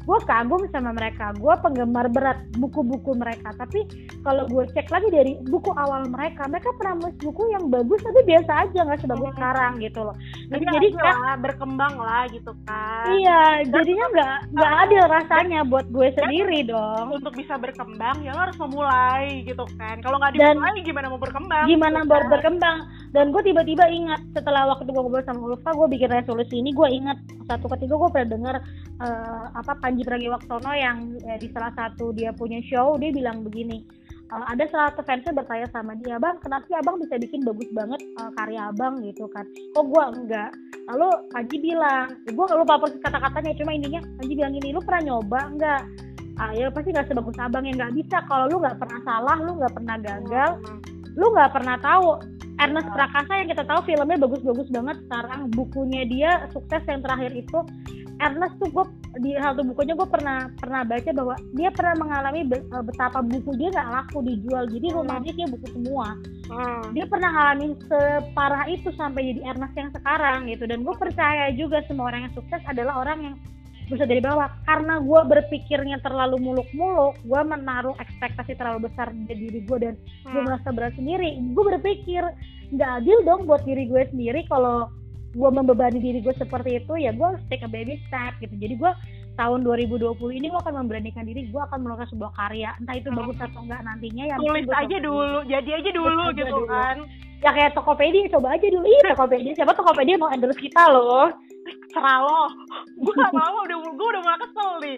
gue kagum sama mereka, gue penggemar berat buku-buku mereka. Tapi kalau gue cek lagi dari buku awal mereka, mereka pernah nulis buku yang bagus tapi biasa aja, nggak sebagus hmm. sekarang gitu loh. Jadi, jadi kan lah, berkembang lah gitu kan. Iya, dan jadinya nggak nggak adil rasanya buat gue sendiri dan, dong. Untuk bisa berkembang ya lo harus memulai gitu kan. Kalau nggak dimulai dan, gimana mau berkembang? Gimana gitu mau kan? berkembang? Dan gue tiba-tiba ingat setelah waktu gue ngobrol sama Ulfa, gue bikin resolusi ini, gue ingat satu ketika gue pernah dengar uh, apa Panji Pragiwaksono yang eh, di salah satu dia punya show, dia bilang begini, uh, ada salah satu fansnya bertanya sama dia, bang kenapa sih abang bisa bikin bagus banget uh, karya abang gitu kan, kok gue enggak. Lalu Panji bilang, gue lupa persis kata-katanya, cuma intinya Panji bilang gini, lu pernah nyoba enggak? Ah, ya pasti nggak sebagus abang, yang nggak bisa kalau lu nggak pernah salah, lu nggak pernah gagal, lu nggak pernah tahu. Ernest Prakasa yang kita tahu filmnya bagus-bagus banget sekarang, bukunya dia sukses yang terakhir itu, Ernest tuh gue di satu bukunya gue pernah pernah baca bahwa dia pernah mengalami betapa buku dia nggak laku dijual, jadi rumahnya dia buku semua. Hmm. Dia pernah ngalamin separah itu sampai jadi Ernest yang sekarang gitu, dan gue percaya juga semua orang yang sukses adalah orang yang bisa dari bawah. Karena gue berpikirnya terlalu muluk-muluk, gue menaruh ekspektasi terlalu besar di diri gue dan hmm. gue merasa berat sendiri. Gue berpikir nggak adil dong buat diri gue sendiri kalau gue membebani diri gue seperti itu. Ya gue harus take a baby step gitu. Jadi gue tahun dua ribu dua puluh ini gue akan memberanikan diri, gue akan melakukan sebuah karya, entah itu hmm. bagus atau enggak nantinya. Yang tulis aja dulu, jadi aja dulu Tulis gitu aja kan dulu. Ya kayak Tokopedia, coba aja dulu. Ih, Tokopedia, siapa Tokopedia mau endorse kita loh. Serah lo, gue gak mau, udah gue udah mulai kesel nih.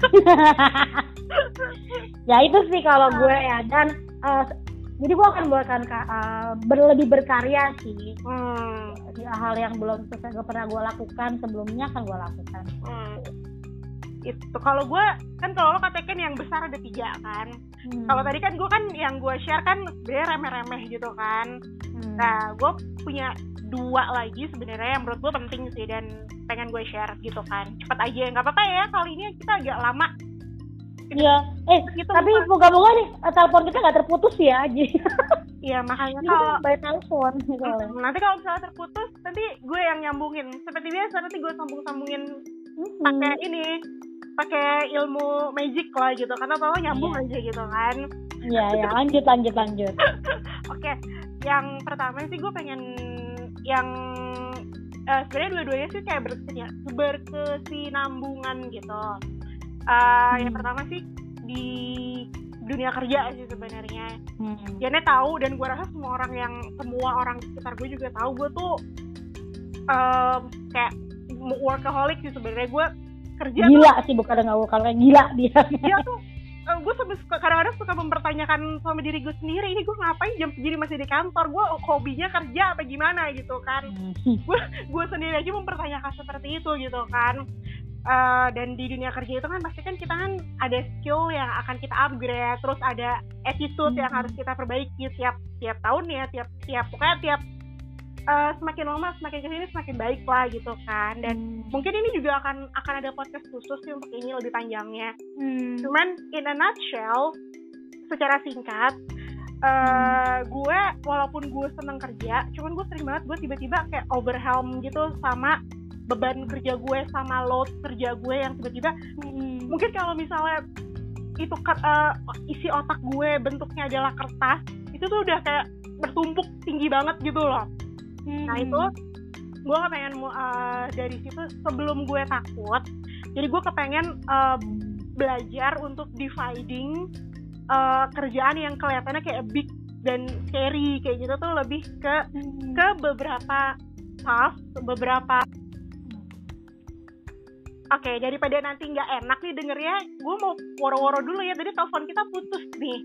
Ya itu sih kalau gue ya, dan uh, jadi gue akan buatkan uh, berlebih berkarya sih. Hmm. Hal yang belum gak pernah gue lakukan sebelumnya akan gue lakukan. Hmm. Itu kalau gue kan, kalau lo katakan yang besar ada tiga kan. Hmm. Kalau tadi kan gue kan yang gue share kan sebenarnya remeh-remeh gitu kan. Hmm. Nah gue punya dua lagi sebenarnya yang menurut gue penting sih dan pengen gue share gitu kan. Cepet aja, nggak apa-apa ya kali ini kita agak lama. Iya. Eh gitu, tapi moga-moga nih telepon kita nggak terputus ya aja. Iya makanya kalau by telepon. Nanti kalau misalnya terputus, nanti gue yang nyambungin. Seperti biasa nanti gue sambung-sambungin hmm. pakai ini, pakai ilmu magic lah gitu. Karena kalau nyambung yeah. aja gitu kan. Iya ya, lanjut lanjut lanjut. Oke, yang pertama sih gue pengen yang uh, sebenarnya dua-duanya sih kayak berkesinambungan gitu. Uh, hmm. Yang pertama sih di dunia kerja sih sebenarnya. Hmm. Jane tahu dan gue rasa semua orang yang semua orang sekitar gue juga tahu gue tuh um, kayak workaholic sih sebenarnya. Gue kerja gila tuh, sih bukan dengan workaholic, gila dia. Dia tuh uh, gue kadang-kadang suka mempertanyakan sama diri gue sendiri, ini gue ngapain jam segini masih di kantor, gue hobinya kerja apa gimana gitu kan. gue gue sendiri aja mempertanyakan seperti itu gitu kan. Uh, dan di dunia kerja itu kan pasti kan kita kan ada skill yang akan kita upgrade, terus ada attitude hmm. yang harus kita perbaiki tiap tiap tahun ya, tiap tiap pokoknya tiap uh, semakin lama semakin kesini semakin baik lah gitu kan. Dan hmm. mungkin ini juga akan akan ada podcast khusus sih untuk ini lebih panjangnya. Hmm. Cuman in a nutshell, secara singkat, uh, gue walaupun gue seneng kerja, cuman gue sering banget gue tiba-tiba kayak overwhelmed gitu sama beban kerja gue, sama load kerja gue yang tiba-tiba hmm. mungkin kalau misalnya itu uh, isi otak gue bentuknya adalah kertas, itu tuh udah kayak bertumpuk tinggi banget gitu loh. Hmm. Nah itu gue kepengen uh, dari situ sebelum gue takut, jadi gue kepengen uh, belajar untuk dividing uh, kerjaan yang kelihatannya kayak big dan scary kayak gitu tuh lebih ke hmm. ke beberapa task, beberapa. Oke, okay, daripada nanti nggak enak nih dengernya, gue mau woro-woro dulu ya. Tadi telepon kita putus nih.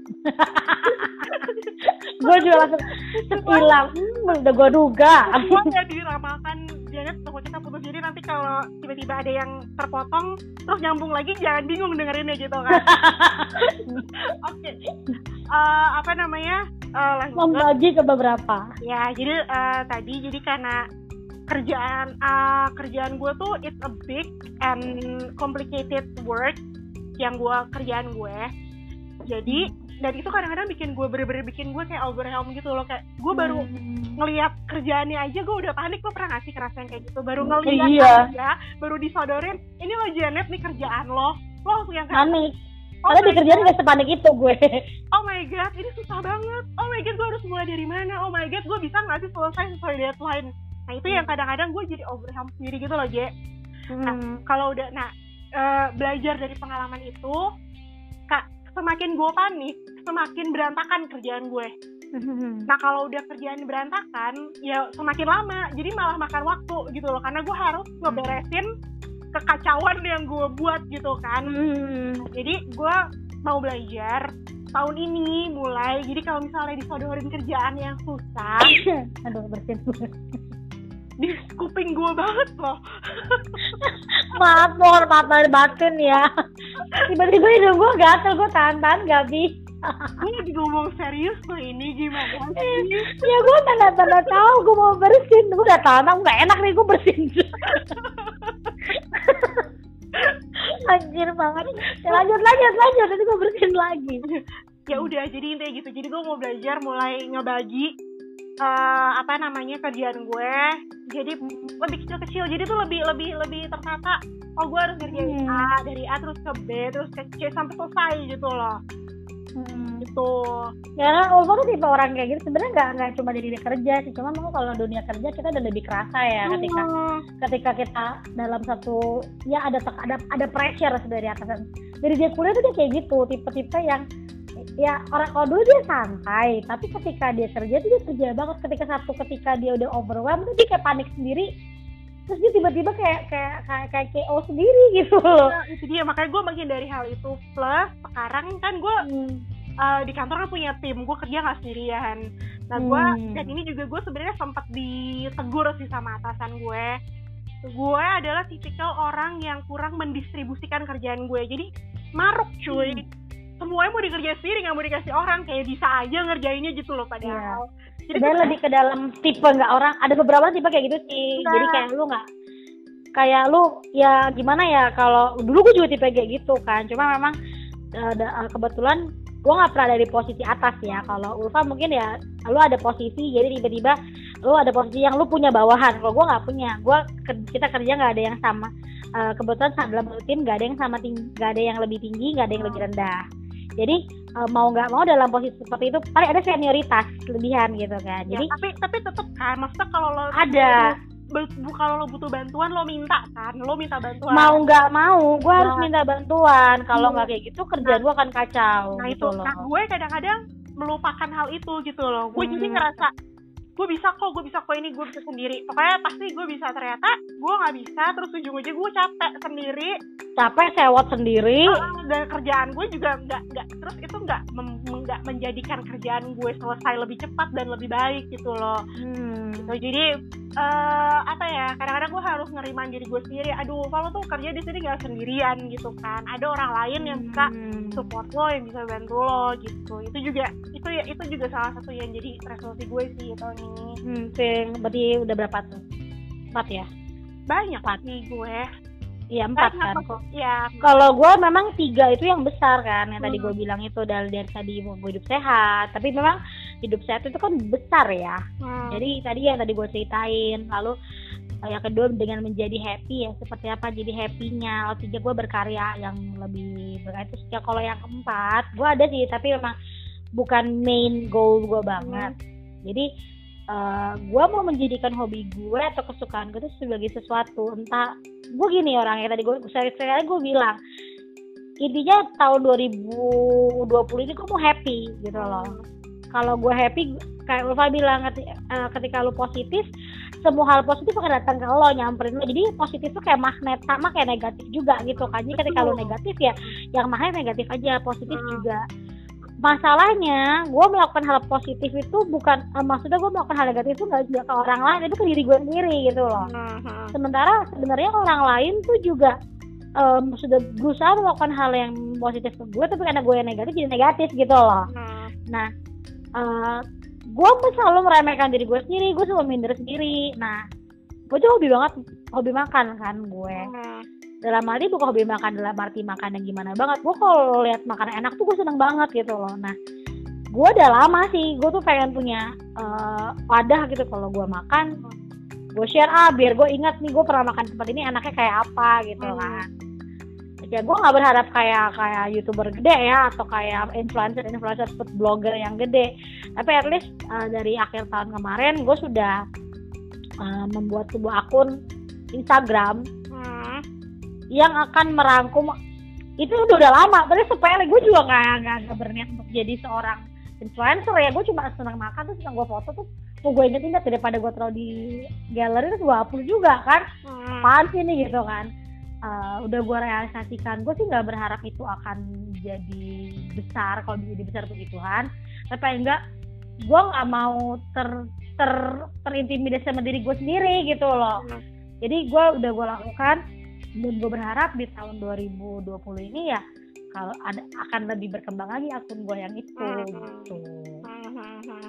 Gue juga langsung hilang. Hmm, udah gue duga. Gue udah diramalkan, Janet, telepon kita putus. Jadi nanti kalau tiba-tiba ada yang terpotong, terus nyambung lagi, jangan bingung dengerinnya gitu kan. Oke. Okay. Uh, apa namanya? Uh, Membagi ke beberapa. Ya, jadi uh, tadi jadi karena kerjaan uh, kerjaan gue tuh it's a big and complicated work yang gue kerjaan gue. Jadi dan itu kadang-kadang bikin gue bener-bener bikin gue kayak overwhelmed gitu loh, kayak gue baru hmm. ngelihat kerjaannya aja gue udah panik. Lo pernah ngasih ngerasain kayak gitu, baru ngelihat iya. aja baru disodorin ini lo Janet nih kerjaan lo lo langsung yang kayak panik. Oh karena di kerjaan gak sepanik itu gue. Oh my god, ini susah banget. Oh my god, gue harus mulai dari mana? Oh my god, gue bisa nggak sih selesai sesuai deadline? Nah itu yang kadang-kadang gue jadi overwhelmed sendiri gitu loh, Je. Hmm. Nah kalau udah, nah uh, belajar dari pengalaman itu, kak, semakin gue panik, semakin berantakan kerjaan gue. Nah kalau udah kerjaan berantakan, ya semakin lama, jadi malah makan waktu gitu loh, karena gue harus ngeberesin kekacauan yang gue buat gitu kan. Hmm. Nah, jadi gue mau belajar tahun ini mulai, jadi kalau misalnya disodorin kerjaan yang susah, aduh bersin di kuping gue banget loh. Maaf, mohon maaf dari batin ya. Tiba-tiba hidung gue gatel, gue tahan-tahan gak bisa. Gue lagi ngomong serius loh ini, gimana sih? Ya gue tanda-tanda tahu gue mau bersin, gue udah tahan, gak enak nih gue bersin. Anjir banget. Ya, lanjut lanjut lanjut, nanti gue bersin lagi. Ya udah, jadi intinya gitu. Jadi gue mau belajar mulai ngebagi uh, apa namanya kerjaan gue. Jadi lebih kecil-kecil. Jadi tuh lebih lebih lebih tertata. Oh gue harus ngerjain hmm. A, dari A terus ke B, terus ke C sampai selesai gitu loh. Hmm. Gitu. Ya, Ulfa tuh tipe orang kayak gitu. Sebenarnya nggak nggak cuma di dunia kerja sih, cuma mau kalau dunia kerja kita udah lebih kerasa ya, ketika hmm. ketika kita dalam satu ya ada ada ada pressure dari atasan. Dari dia kuliah tuh dia kayak gitu, tipe-tipe yang ya orang kalau dulu dia santai, tapi ketika dia kerja tuh dia kerja banget. Ketika satu ketika dia udah overwhelmed tuh dia kayak panik sendiri. Terus dia tiba-tiba kayak kayak kayak kayak K O sendiri gitu loh. Nah, itu dia, makanya gue bagian dari hal itu. Plus sekarang kan gue hmm. uh, di kantor kan punya tim, gue kerja nggak sendirian. Nah gue hmm. dan ini juga gue sebenarnya sempat ditegur sih sama atasan gue. Gue adalah tipikal orang yang kurang mendistribusikan kerjaan gue. Jadi maruk cuy. Hmm. Semuanya mau dikerjain sendiri, nggak mau dikasih orang. Kayak bisa aja ngerjainnya gitu loh padahal. Yeah. Jadi dan lebih ke dalam tipe nggak orang, ada beberapa tipe kayak gitu sih. Nah. Jadi kayak lu nggak, kayak lu ya gimana ya, kalau dulu gue juga tipe kayak gitu kan. Cuma memang uh, kebetulan gue nggak pernah ada di posisi atas ya. Kalau Ulfa mungkin ya lu ada posisi, jadi tiba-tiba lu ada posisi yang lu punya bawahan. Kalau gue nggak punya, gue kita kerja nggak ada yang sama. Uh, kebetulan dalam tim nggak ada yang sama tinggi, nggak ada yang lebih tinggi, nggak ada yang lebih rendah. Jadi uh, mau nggak mau dalam posisi seperti itu paling ada senioritas lebihan gitu kan. Jadi ya, tapi tapi tetap kan, maksudnya kalau lo ada bu, kalau lo butuh bantuan lo minta kan, lo minta bantuan. Mau nggak mau, gue nah. harus minta bantuan. Kalau nggak hmm. kayak gitu kerjaan nah. gue akan kacau. Nah gitu itu, loh. Nah gue kadang-kadang melupakan hal itu gitu loh. Gue hmm. jadi ngerasa gue bisa kok, gue bisa kok ini, gue bisa sendiri. Pokoknya pasti gue bisa, ternyata gue nggak bisa. Terus ujung-ujungnya gue capek sendiri, capek sewot sendiri. Uh, dan kerjaan gue juga nggak nggak terus itu nggak nggak mem, menjadikan kerjaan gue selesai lebih cepat dan lebih baik gitu loh. Hmm. Gitu. Jadi uh, apa ya? Kadang-kadang gue harus nerimain diri gue sendiri. Aduh, kalau tuh kerja di sini nggak sendirian gitu kan. Ada orang lain yang bisa support lo, yang bisa bantu lo gitu. Itu juga itu ya itu juga salah satu yang jadi resolusi gue sih tahun ini. Hmm, sing, berarti udah berapa tuh? Empat ya? Banyak empat nih gue. Iya empat kan. Iya. Kalau gue memang tiga itu yang besar kan, yang hmm. tadi gue bilang itu dari dari tadi mau hidup sehat. Tapi memang hidup sehat itu kan besar ya. Hmm. Jadi tadi yang tadi gue ceritain. Lalu yang kedua dengan menjadi happy ya, seperti apa jadi happy-nya. Lalu tiga gue berkarya yang lebih berkarya. Terus ya kalau yang keempat gue ada sih, tapi memang bukan main goal gue banget. Hmm. Jadi Uh, gue mau menjadikan hobi gue atau kesukaan gue itu sebagai sesuatu, entah gue gini orangnya, tadi gue sekali-sekali gue bilang intinya tahun dua ribu dua puluh ini gue mau happy gitu loh. Kalau gue happy, kayak Ulfa bilang, ketika lu positif, semua hal positif akan datang ke lo, nyamperin lo. Jadi positif tuh kayak magnet, sama kayak negatif juga gitu kan. Jadi ketika lu negatif ya yang magnet negatif aja, positif juga. Masalahnya gue melakukan hal positif itu bukan uh, maksudnya gue melakukan hal negatif itu nggak ke orang lain, itu ke diri gue sendiri gitu loh. Uh-huh. Sementara sebenarnya orang lain tuh juga um, sudah berusaha melakukan hal yang positif ke gue, tapi karena gue yang negatif jadi negatif gitu loh. Uh-huh. Nah uh, gue selalu meremehkan diri gue sendiri, gue selalu minder sendiri. Nah gue tuh hobi banget, hobi makan kan gue. Uh-huh. dalam arti bukan hobi makan dalam arti makan yang gimana banget. Gue kalau lihat makanan enak tuh gue seneng banget gitu loh. Nah, gue udah lama sih, gue tuh pengen punya uh, wadah gitu kalau gue makan, gue share ah biar gue ingat nih gue pernah makan tempat ini enaknya kayak apa gitu kan. Ya gue nggak berharap kayak kayak youtuber gede ya atau kayak influencer influencer food blogger yang gede, tapi at least uh, dari akhir tahun kemarin gue sudah uh, membuat sebuah akun Instagram hmm. yang akan merangkum itu udah udah lama, tapi sepele gue juga nggak nggak berniat untuk jadi seorang influencer ya, gue cuma senang makan tuh senang gue foto tuh mau gue inget-inget daripada gue taruh di galeri terus gue hapus juga kan, hmm. apaan sih ini gitu kan. Uh, udah gue realisasikan, gue sih nggak berharap itu akan jadi besar, kalau jadi besar puji Tuhan, tapi enggak gue nggak mau ter ter terintimidasi sama diri gue sendiri gitu loh. Hmm. Jadi gue udah gue lakukan dan gue berharap di tahun dua ribu dua puluh ini ya kalau ada akan lebih berkembang lagi akun gue yang itu hmm. gitu. Hmm.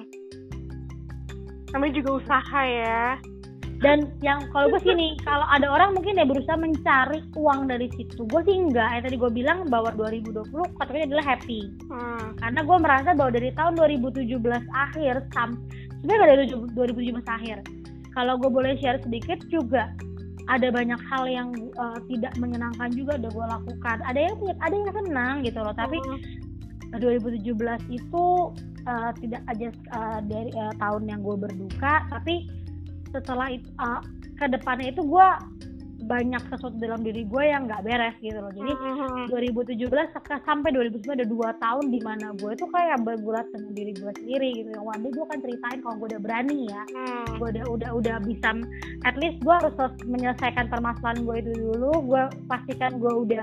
Namanya juga usaha ya. Dan yang kalau gue sini, kalau ada orang mungkin ya berusaha mencari uang dari situ, gue sih enggak. Yang tadi gue bilang bahwa dua ribu dua puluh katanya adalah happy, hmm. karena gue merasa bahwa dari tahun dua ribu tujuh belas akhir sampai sebenarnya dari dua ribu tujuh belas akhir, kalau gue boleh share sedikit juga ada banyak hal yang uh, tidak menyenangkan juga udah gue lakukan. Ada yang ada yang senang gitu loh, tapi hmm. dua ribu tujuh belas itu uh, tidak aja uh, dari uh, tahun yang gue berduka, tapi setelah itu uh, ke depannya itu gue banyak sesuatu dalam diri gue yang nggak beres gitu loh. Jadi mm-hmm. dua ribu tujuh belas sampai dua ribu sembilan belas ada dua tahun di mana gue itu kayak bergulat sama diri gue sendiri gitu. Yang one day gue akan ceritain kalau gue udah berani ya, mm. gue udah udah udah bisa, at least gue harus menyelesaikan permasalahan gue itu dulu. Gue pastikan gue udah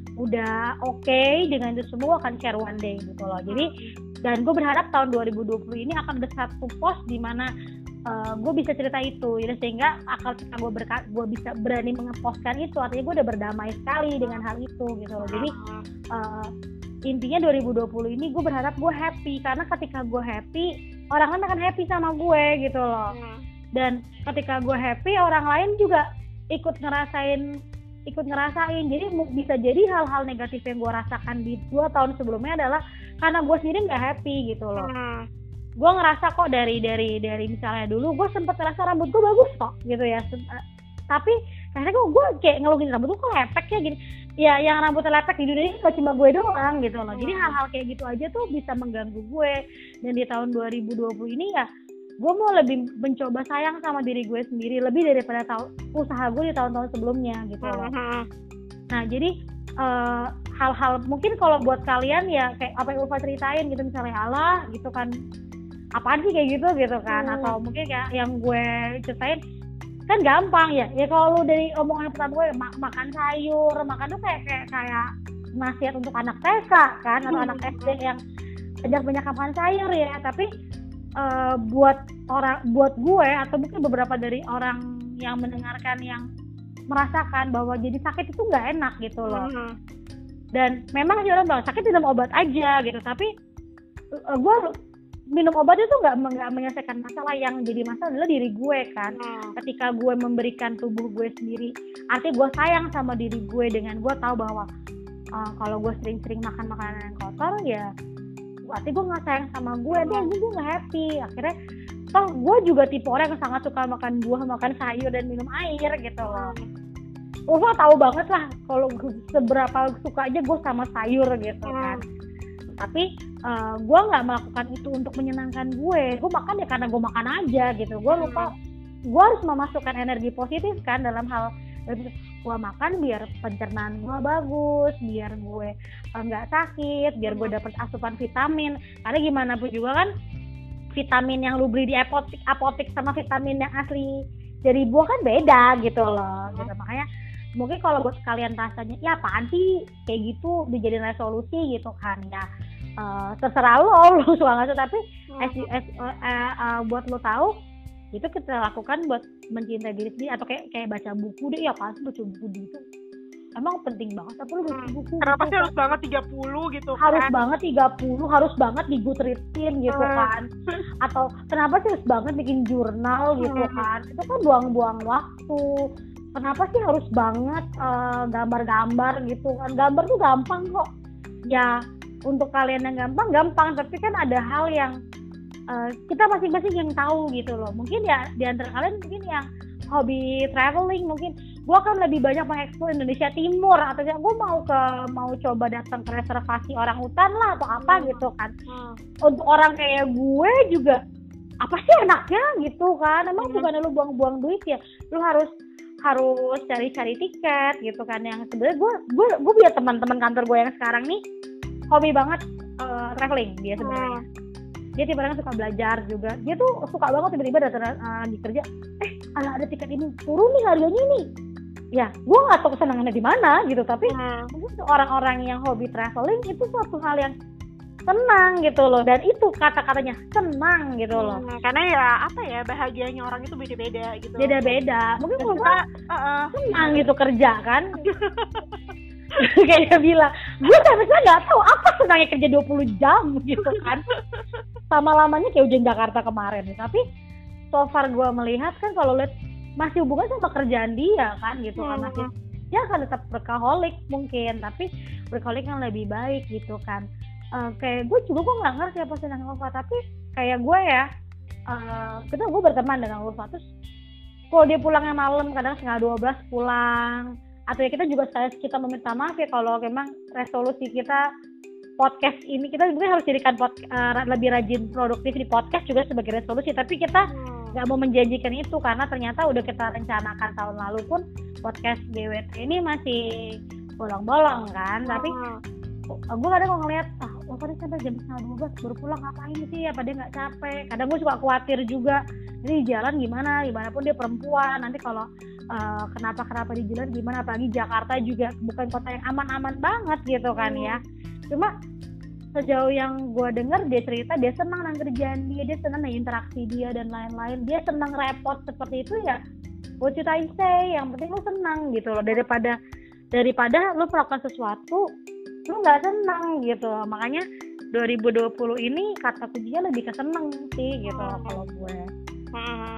udah oke okay dengan itu semua, akan share one day gitu loh. Jadi dan gue berharap tahun dua ribu dua puluh ini akan ada satu post di mana Uh, gue bisa cerita itu, jadi sehingga akal ketika gue berka- gue bisa berani mengepostkan itu, artinya gue udah berdamai sekali dengan hal itu gitu loh. Jadi uh, intinya dua ribu dua puluh ini gue berharap gue happy, karena ketika gue happy orang lain akan happy sama gue gitu loh. Dan ketika gue happy orang lain juga ikut ngerasain ikut ngerasain. Jadi bisa jadi hal-hal negatif yang gue rasakan di dua tahun sebelumnya adalah karena gue sendiri nggak happy gitu loh. Gue ngerasa kok dari dari dari misalnya dulu gue sempet ngerasa rambut gue bagus kok gitu ya, tapi karena kok gue kayak ngeluhin rambut gue kok lepek ya gini ya, yang rambutnya lepek di dunia ini kok cuma gue doang gitu loh. Jadi hal-hal kayak gitu aja tuh bisa mengganggu gue. Dan di tahun dua ribu dua puluh ini ya gue mau lebih mencoba sayang sama diri gue sendiri lebih daripada tahun usaha gue di tahun-tahun sebelumnya gitu loh. Nah jadi uh, hal-hal mungkin kalau buat kalian ya kayak apa yang Ulfa ceritain gitu, misalnya Allah gitu kan, apaan sih kayak gitu gitu kan, hmm. atau mungkin kayak yang gue ceritain kan gampang ya ya kalau lu dari omongan pertama gue mak- makan sayur, makan tuh kayak kayak kayak nasihat untuk anak T K kan atau hmm. anak S D yang banyak-banyak makan sayur ya. Tapi uh, buat orang buat gue atau mungkin beberapa dari orang yang mendengarkan yang merasakan bahwa jadi sakit itu nggak enak gitu loh. hmm. Dan memang sih orang bilang sakit minum obat aja gitu, tapi uh, gue minum obat itu nggak nggak menyelesaikan masalah. Yang jadi masalah adalah diri gue kan. hmm. Ketika gue memberikan tubuh gue sendiri, artinya gue sayang sama diri gue dengan gue tahu bahwa uh, kalau gue sering-sering makan makanan yang kotor ya berarti gue nggak sayang sama gue, hmm. dan gue nggak happy. Akhirnya toh gue juga tipe orang yang sangat suka makan buah, makan sayur dan minum air gitu loh. Gue tahu banget lah kalau seberapa suka aja gue sama sayur gitu kan. hmm. Tapi uh, gue nggak melakukan itu untuk menyenangkan gue. Gue makan ya karena gue makan aja gitu. Gue lupa, gue harus memasukkan energi positif kan dalam hal gue makan biar pencernaan gue bagus, biar gue nggak uh, sakit, biar gue dapet asupan vitamin. Karena gimana pun juga kan vitamin yang lu beli di apotik, apotik sama vitamin yang asli dari buah kan beda gitu loh. Gitu. Makanya mungkin kalau buat kalian rasanya ya apaan sih kayak gitu dijadiin resolusi gitu kan ya, uh, terserah lo lo suka nggak suka, tapi as, as, uh, uh, uh, buat lo tahu itu kita lakukan buat mencintai diri sendiri. Atau kayak kayak baca buku deh, ya pasti baca buku gitu emang penting banget apa lo baca buku kenapa gitu, sih harus banget tiga puluh gitu kan? Harus banget tiga puluh, harus banget di Goodreadsin gitu kan. Atau kenapa sih harus banget bikin jurnal gitu kan, itu kan buang-buang waktu. kenapa sih harus banget uh, gambar-gambar gitu kan? Gambar tuh gampang kok. Ya untuk kalian yang gampang gampang, tapi kan ada hal yang uh, kita masing-masing yang tahu gitu loh. Mungkin ya di antara kalian mungkin yang hobi traveling, mungkin gue akan lebih banyak mengeksplor Indonesia Timur, atau ya gue mau ke mau coba datang ke reservasi orang hutan lah atau apa hmm. gitu kan. Hmm. Untuk orang kayak gue juga apa sih enaknya gitu kan? Emang hmm. bukan lu buang-buang duit ya? Lu harus harus cari-cari tiket gitu kan, yang sebenarnya gue gue gue biar teman-teman kantor gue yang sekarang nih hobi banget uh, traveling dia sebenarnya. Hmm. Dia tiba-tiba suka belajar juga. Dia tuh suka banget tiba-tiba datang uh, di kerja, eh ala ada tiket ini turun nih harganya nih. Ya, gue nggak tahu kesenangannya di mana gitu, tapi hmm. mungkin orang-orang yang hobi traveling itu suatu hal yang senang gitu loh, dan itu kata-katanya senang gitu loh. Hmm, karena ya apa ya, bahagianya orang itu beda-beda gitu. Beda-beda. Mungkin kalau kita uh, senang gitu kerja kan. Kayak dia bilang, gue sebenarnya nggak tahu apa senangnya kerja dua puluh jam gitu kan. Sama lamanya kayak ujian Jakarta kemarin. Tapi so far gue melihat kan kalau lihat masih hubungan sama kerjaan dia kan gitu hmm. kan, masih dia akan tetap workaholic mungkin, tapi workaholic yang lebih baik gitu kan. Uh, kayak gue juga gue nggak ngerti apa senang Ulfa, tapi kayak gue ya uh, kita gue berteman dengan Ulfa, terus kalau dia pulangnya malam kadang setengah dua belas pulang, atau ya kita juga sekali kita meminta maaf ya kalau memang resolusi kita podcast ini kita juga harus jadikan pod, uh, lebih rajin produktif di podcast juga sebagai resolusi, tapi kita nggak hmm. mau menjanjikan itu karena ternyata udah kita rencanakan tahun lalu pun podcast G W T ini masih bolong-bolong kan, hmm. tapi uh, gue kadang ngeliat ah oh tadi sampai jam setengah dua belas baru pulang, ngapain sih, apa dia nggak capek? Kadang gue suka khawatir juga, ini di jalan gimana, gimana pun dia perempuan, nanti kalau uh, kenapa-kenapa di jalan gimana, apalagi Jakarta juga bukan kota yang aman-aman banget gitu kan hmm. ya. Cuma sejauh yang gue dengar dia cerita dia senang dengan kerjaan dia, dia senang dengan interaksi dia dan lain-lain, dia senang repot seperti itu ya. What should I say? Yang penting lu senang gitu loh, daripada daripada lu melakukan sesuatu lu nggak senang gitu. Makanya dua ribu dua puluh ini kata kuncinya lebih ke seneng sih gitu hmm. kalau gue. Hmm.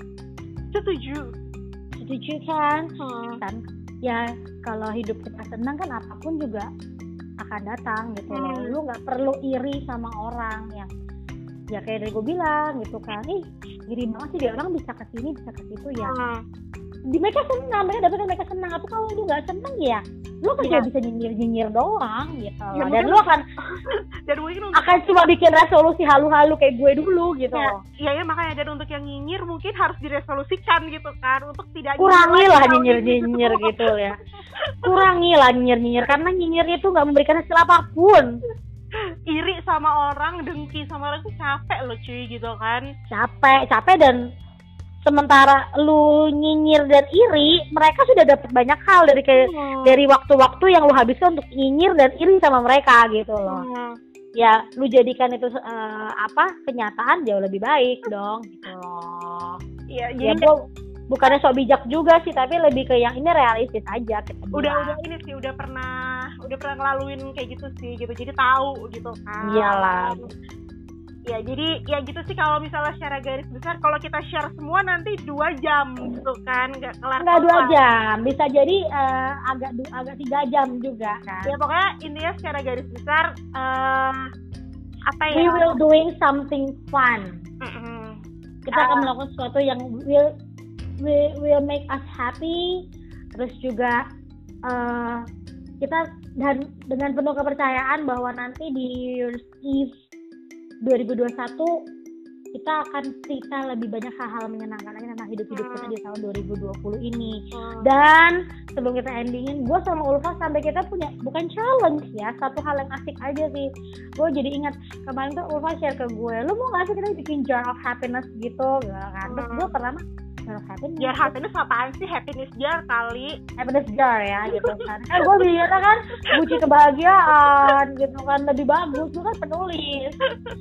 Setuju. Setuju kan? Hmm. Kan ya kalau hidup kita senang kan apapun juga akan datang gitu loh. Hmm. Lu nggak perlu iri sama orang yang ya kayak dari gue bilang gitu kan, ih iri banget sih dia orang bisa ke sini bisa ke situ ya. Hmm. Di mereka senang, mereka dapat mereka senang. Apa kalau lu nggak senang ya lu kan ya. Bisa nyinyir-nyinyir doang gitu ya, dan lu akan dan mungkin akan cuma bikin resolusi halu-halu kayak gue dulu gitu. Iya ya, makanya dan untuk yang nyinyir mungkin harus diresolusikan gitu kan, untuk tidak kurangilah nyinyir-nyinyir gitu. gitu ya. Kurangilah nyinyir-nyinyir karena nyinyir itu nggak memberikan hasil apapun. Iri sama orang, dengki sama orang itu capek loh cuy gitu kan. Capek, capek dan sementara lu nyinyir dan iri, mereka sudah dapat banyak hal dari kayak hmm. dari waktu-waktu yang lu habiskan untuk nyinyir dan iri sama mereka gitu loh. Hmm. Ya, lu jadikan itu uh, apa kenyataan jauh lebih baik dong gitu loh. Iya, ya, jadi gua bukannya sok bijak juga sih, tapi lebih ke yang ini realistis aja kita. Udah udah ini sih udah pernah udah pernah ngelaluin kayak gitu sih gitu. Jadi tahu gitu kan. Iyalah. Ya jadi ya gitu sih kalau misalnya secara garis besar kalau kita share semua nanti dua jam gitu kan nggak kelar. Nggak dua jam, bisa jadi uh, agak agak tiga jam juga kan. Ya pokoknya intinya secara garis besar uh, apa ya? We will doing something fun. Mm-hmm. Kita uh, akan melakukan sesuatu yang will will, will make us happy. Terus juga uh, kita dan dengan penuh kepercayaan bahwa nanti di Year's Eve dua ribu dua puluh satu kita akan cerita lebih banyak hal-hal menyenangkan lagi tentang hidup-hidup kita di tahun dua ribu dua puluh ini. Hmm. Dan sebelum kita endingin, gue sama Ulfa sampai kita punya bukan challenge ya, satu hal yang asik aja sih. Gue jadi ingat kemarin tuh Ulfa share ke gue, lu mau nggak sih kita bikin jar of happiness gitu, gak kan? Terus gue pertama jar of happiness. Jar happiness apaan sih? Happiness jar kali. Happiness jar ya gitu kan. Eh gue bilang kan kunci kebahagiaan gitu kan, lebih bagus, gue kan penulis.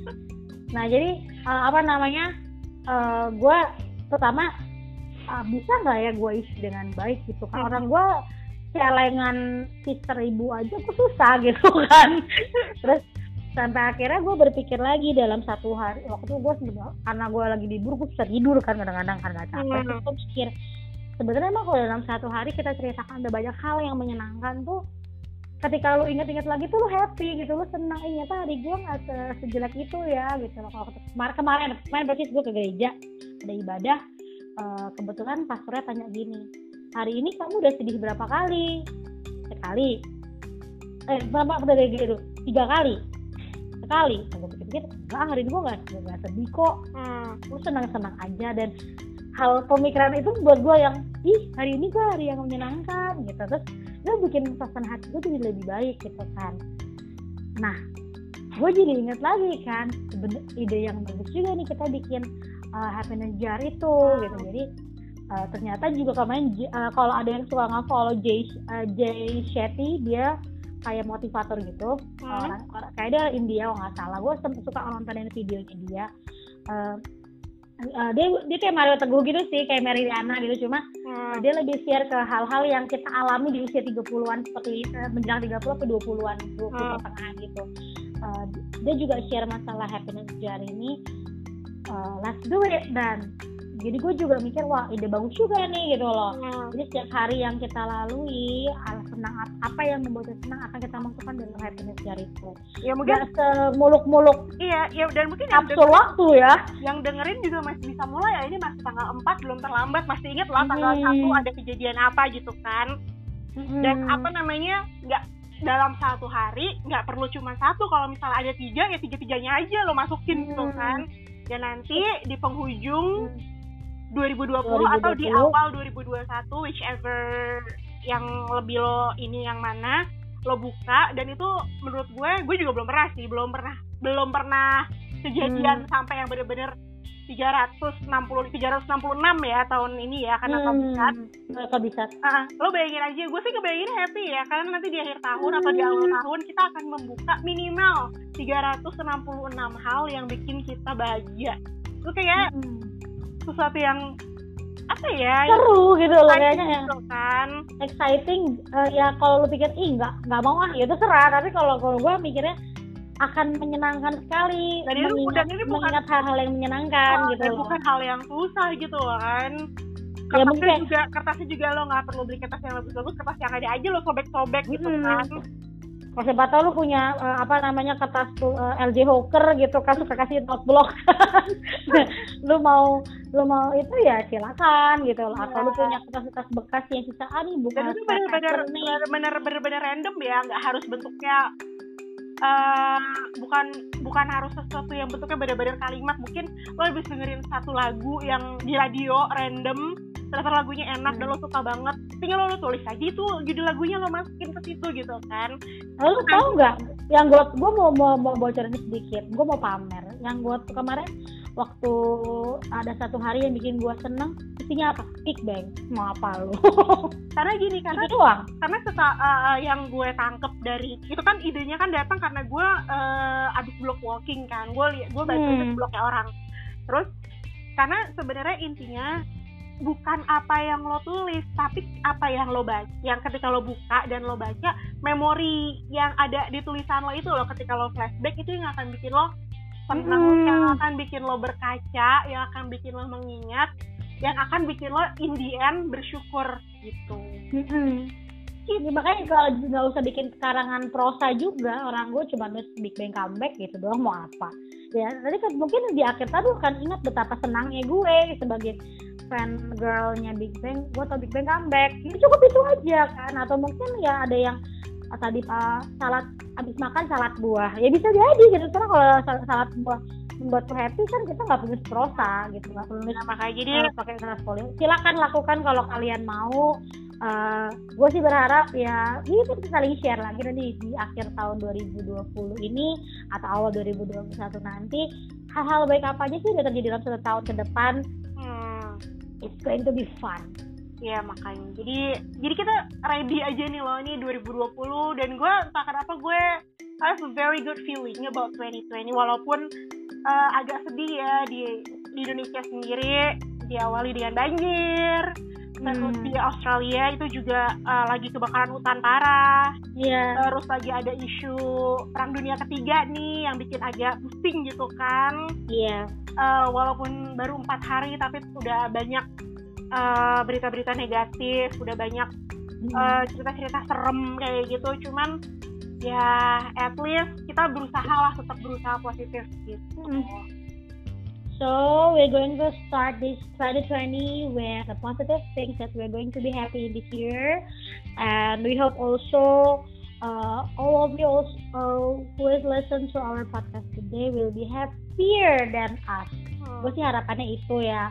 Nah jadi uh, apa namanya uh, gue pertama uh, bisa nggak ya gue isi dengan baik gitu kan, orang gue celengan sister ibu aja gue susah gitu kan. Terus sampai akhirnya gue berpikir lagi dalam satu hari, waktu itu gue karena gue lagi libur gue bisa tidur kan kadang-kadang karena capek. Terus gue pikir sebenarnya emang kalau dalam satu hari kita ceritakan ada banyak hal yang menyenangkan tuh, ketika lu inget-inget lagi tuh lu happy gitu, lu senang, eh ternyata hari gue nggak se- sejelek itu ya gitu loh. Kalau kemarin kemarin kemarin persis gue ke gereja ada ibadah, uh, kebetulan pastornya tanya gini, hari ini kamu udah sedih berapa kali? Sekali. Eh berapa dari gitu? Tiga kali. Sekali. Gue pikir-pikir enggak, hari ini gue nggak nggak sedih kok. Hmm, lu senang-senang aja. Dan hal pemikiran itu buat gue yang ih hari ini gue hari yang menyenangkan gitu, terus gue bikin suasana hati gue jadi lebih baik gitu kan. Nah gue jadi inget lagi kan ide yang bagus juga nih kita bikin uh, happiness jar itu gitu. Jadi uh, ternyata juga kemarin uh, kalau ada yang suka nge-follow Jay uh, Jay Shetty, dia kayak motivator gitu, hmm. orang, orang kayak dia India kalau nggak salah. Gue suka nontonin videonya dia. Uh, Uh, dia dia kayak Mario Teguh gitu sih, kayak Meridiana gitu, cuma hmm. uh, dia lebih share ke hal-hal yang kita alami di usia tiga puluhan seperti uh, menjelang tiga puluh ke dua puluhan, dua puluh hmm. pertengahan gitu. Uh, dia juga share masalah happiness jar ini, uh, let's do it. Dan jadi gue juga mikir, wah ide bagus juga nih gitu loh. Hmm. Jadi setiap hari yang kita lalui, senang apa yang membuat kita senang akan kita masukkan dalam happiness jar itu. Ya mungkin gak semuluk-muluk. Iya, ya dan mungkin kapsul waktu ya. Yang dengerin juga masih bisa mulai ya, ini masih tanggal empat, belum terlambat, masih inget lah tanggal hmm. satu ada kejadian apa gitu kan. Hmm. Dan apa namanya, nggak dalam satu hari nggak perlu cuma satu, kalau misalnya ada tiga ya tiga-tiganya aja lo masukin hmm. gitu kan. Dan nanti di penghujung hmm. dua ribu dua puluh dua ribu dua puluh atau di awal dua ribu dua puluh satu, whichever yang lebih lo ini yang mana lo buka. Dan itu menurut gue gue juga belum pernah sih belum pernah belum pernah kejadian hmm. sampai yang bener-bener tiga ratus enam puluh enam ya tahun ini ya, karena kabisat hmm. kabisat uh, lo bayangin aja, gue sih kebayangin happy ya, karena nanti di akhir tahun hmm. atau di awal tahun kita akan membuka minimal tiga ratus enam puluh enam hal yang bikin kita bahagia. Itu kayak hmm. sesuatu yang apa ya, seru gitu loh kayaknya ya, gitu kan, exciting. Uh, ya kalau lu pikir ih nggak nggak mau ah ya itu serah, tapi kalau kalau gue mikirnya akan menyenangkan sekali. Dan itu mengingat, ini bukan mengingat hal-hal yang menyenangkan oh, gitu loh, bukan hal yang susah gitu loh kan. Kertasnya ya, mungkin juga kertasnya juga lo nggak perlu beli kertas yang bagus-bagus, kertas yang ada aja lo sobek-sobek gitu hmm. kan. Kalau siapa tahu lu punya uh, apa namanya kertas uh, L J Hawker gitu kan, suka kasih note block. lu mau lu mau itu ya silakan gitu loh. Atau lu punya kertas-kertas bekas yang sisaan nih, bukan itu benar-benar benar-benar random ya, nggak harus bentuknya uh, bukan bukan harus sesuatu yang bentuknya benar-benar kalimat. Mungkin lo habis dengerin satu lagu yang di radio random, ternyata lagunya enak hmm. dan lo suka banget, tinggal lo, lo tulis aja itu judul lagunya, lo masukin ke situ gitu kan. Lo tau nggak? Yang gue gue mau mau, mau bocorin sedikit, gue mau pamer. Yang gue kemarin waktu ada satu hari yang bikin gue seneng, isinya apa? Big Bang. Mau apa lo? Karena gini, karena itu doang. Karena setelah uh, yang gue tangkep dari itu kan, idenya kan datang karena gue uh, abis blog walking kan, gue liat gue baca hmm. blognya orang. Terus karena sebenarnya intinya bukan apa yang lo tulis, tapi apa yang lo baca. Yang ketika lo buka dan lo baca, memori yang ada di tulisan lo itu lo ketika lo flashback itu yang akan bikin lo senang, hmm. yang akan bikin lo berkaca, yang akan bikin lo mengingat, yang akan bikin lo in the end bersyukur gitu. Hmm. Ya, makanya kalau nggak usah bikin karangan prosa juga, orang gue cuma nulis Big Bang comeback gitu doang, mau apa? Ya tadi kan mungkin di akhir tadi kan ingat betapa senangnya gue sebagai fan girlnya Big Bang, gue tau Big Bang comeback, ya cukup itu aja kan. Atau mungkin ya ada yang ah, tadi uh, salad abis makan salad buah, ya bisa jadi gitu. Karena kalau salad, salad buah membuat happy kan kita nggak perlu prosa gitu, nggak perlu nah, makanya jadi uh, pakai kertas folio. Silakan lakukan kalau kalian mau. Uh, gue sih berharap ya ini kita saling share lagi nanti di akhir tahun dua ribu dua puluh ini atau awal dua ribu dua puluh satu nanti, hal-hal baik apa aja sih udah terjadi dalam satu tahun ke depan. hmm. It's going to be fun. Ya makanya jadi jadi kita ready aja nih loh, ini dua ribu dua puluh, dan gue entah kenapa gue I have a very good feeling about twenty twenty, walaupun uh, agak sedih ya di, di Indonesia sendiri diawali dengan banjir. Terus hmm. di Australia itu juga uh, lagi kebakaran hutan parah. Yeah. Terus lagi ada isu perang dunia ketiga nih yang bikin agak pusing gitu kan. Iya. Yeah. Uh, walaupun baru empat hari tapi udah banyak uh, berita-berita negatif, udah banyak hmm. uh, cerita-cerita serem kayak gitu. Cuman ya at least kita berusaha lah, tetap berusaha positif gitu. Hmm. So we're going to start this twenty twenty with the positive things that we're going to be happy in this year, and we hope also uh, all of you also, uh, who is listen to our podcast today will be happier than us. Hmm. Gue sih harapannya itu ya.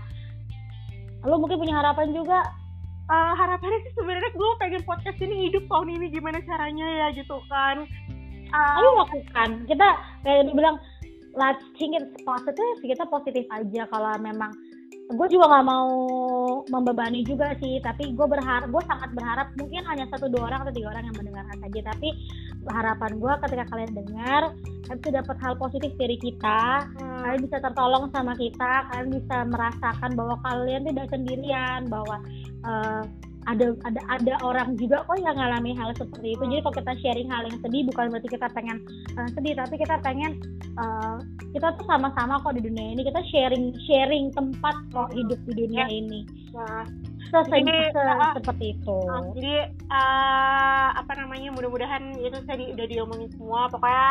Lo mungkin punya harapan juga? Uh, harapannya sih sebenarnya gue pengen podcast ini hidup tahun ini, gimana caranya ya gitu kan. Uh, Ayo lakukan. Kita kayak dibilang, let's think it's positive, kita positif aja. Kalau memang gue juga nggak mau membebani juga sih, tapi gue berharap, gue sangat berharap mungkin hanya satu dua orang atau tiga orang yang mendengarkan saja, tapi harapan gue ketika kalian dengar, kalian bisa dapat hal positif dari kita, hmm. kalian bisa tertolong sama kita, kalian bisa merasakan bahwa kalian tidak sendirian, bahwa uh, ada ada ada orang juga kok yang ngalami hal seperti itu. Jadi kalau kita sharing hal yang sedih, bukan berarti kita pengen uh, sedih, tapi kita pengen uh, kita tuh sama-sama kok di dunia ini, kita sharing sharing tempat kok hidup di dunia ya. ini. Nah, se jadi, se uh, seperti itu. Uh, jadi uh, apa namanya, mudah-mudahan itu tadi udah diomongin semua. Pokoknya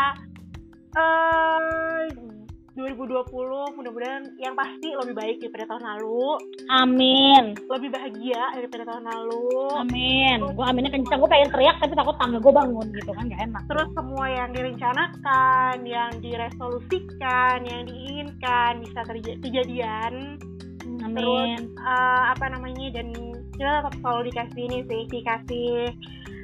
uh, dua ribu dua puluh mudah-mudahan yang pasti lebih baik daripada tahun lalu. Amin. Lebih bahagia daripada tahun lalu. Amin. Gue aminnya kencang, gue pengen teriak tapi takut tangga gue bangun gitu kan, gak enak. Terus semua yang direncanakan, yang diresolusikan, yang diinginkan bisa terjadi kejadian. Amin. Terus uh, apa namanya, dan kita tetap selalu dikasih ini sih, dikasih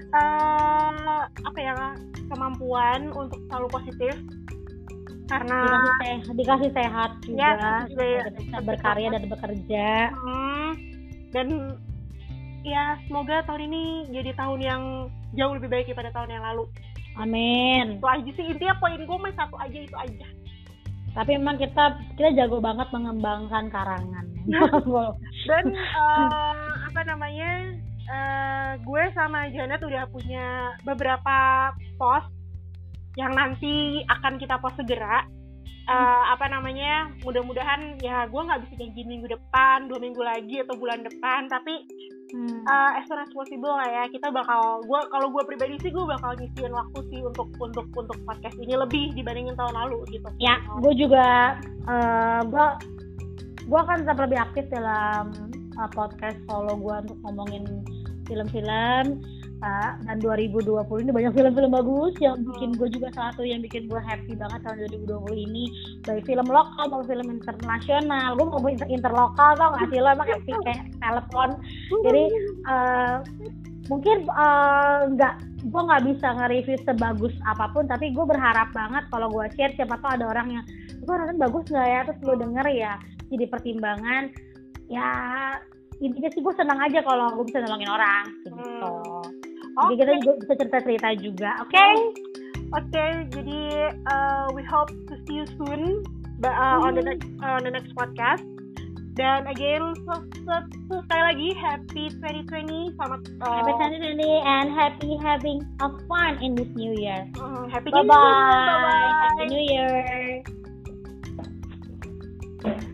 uh, apa ya, kemampuan untuk selalu positif. Karena dikasih sehat, dikasih sehat juga, ya, juga ya, bisa berkarya dan bekerja. Hmm, dan ya semoga tahun ini jadi tahun yang jauh lebih baik daripada tahun yang lalu. Amin. Itu aja sih intinya, poin gue mah satu aja, itu aja. Tapi memang kita kita jago banget mengembangkan karangan. Dan uh, apa namanya, uh, gue sama Janet udah punya beberapa post yang nanti akan kita post segera. Uh, apa namanya, mudah-mudahan ya gue nggak bisa janji minggu depan, dua minggu lagi atau bulan depan, tapi hmm. uh, as soon as possible lah ya. Kita bakal, gue kalau gue pribadi sih gue bakal nyisiin waktu sih untuk untuk untuk podcast ini lebih dibandingin tahun lalu gitu. Ya, gue juga uh, gue gue akan tetap lebih aktif dalam uh, podcast solo gue untuk ngomongin film-film. Uh, dan dua ribu dua puluh ini banyak film-film bagus yang bikin gue juga satu yang bikin gue happy banget tahun dua ribu dua puluh ini, baik film lokal maupun film internasional. Gue mau inter interlokal tau gak sih lo, emang happy kayak telepon. Jadi uh, mungkin nggak uh, gue nggak bisa nge-review sebagus apapun, tapi gue berharap banget kalau gue share, siapa tau ada orang yang gue nonton bagus nggak ya, terus lo denger ya, jadi pertimbangan. Ya intinya sih gue senang aja kalau gue bisa nolongin orang gitu. Hmm. Jadi okay. Kita juga bisa cerita-cerita juga, oke? Okay? Oke, okay, jadi uh, we hope to see you soon uh, mm. on the next uh, on the next podcast. Dan again, so, so, so sekali lagi happy twenty twenty, selamat uh, happy twenty twenty and happy having a fun in this new year. Uh, happy bye bye. Bye bye. Happy New Year.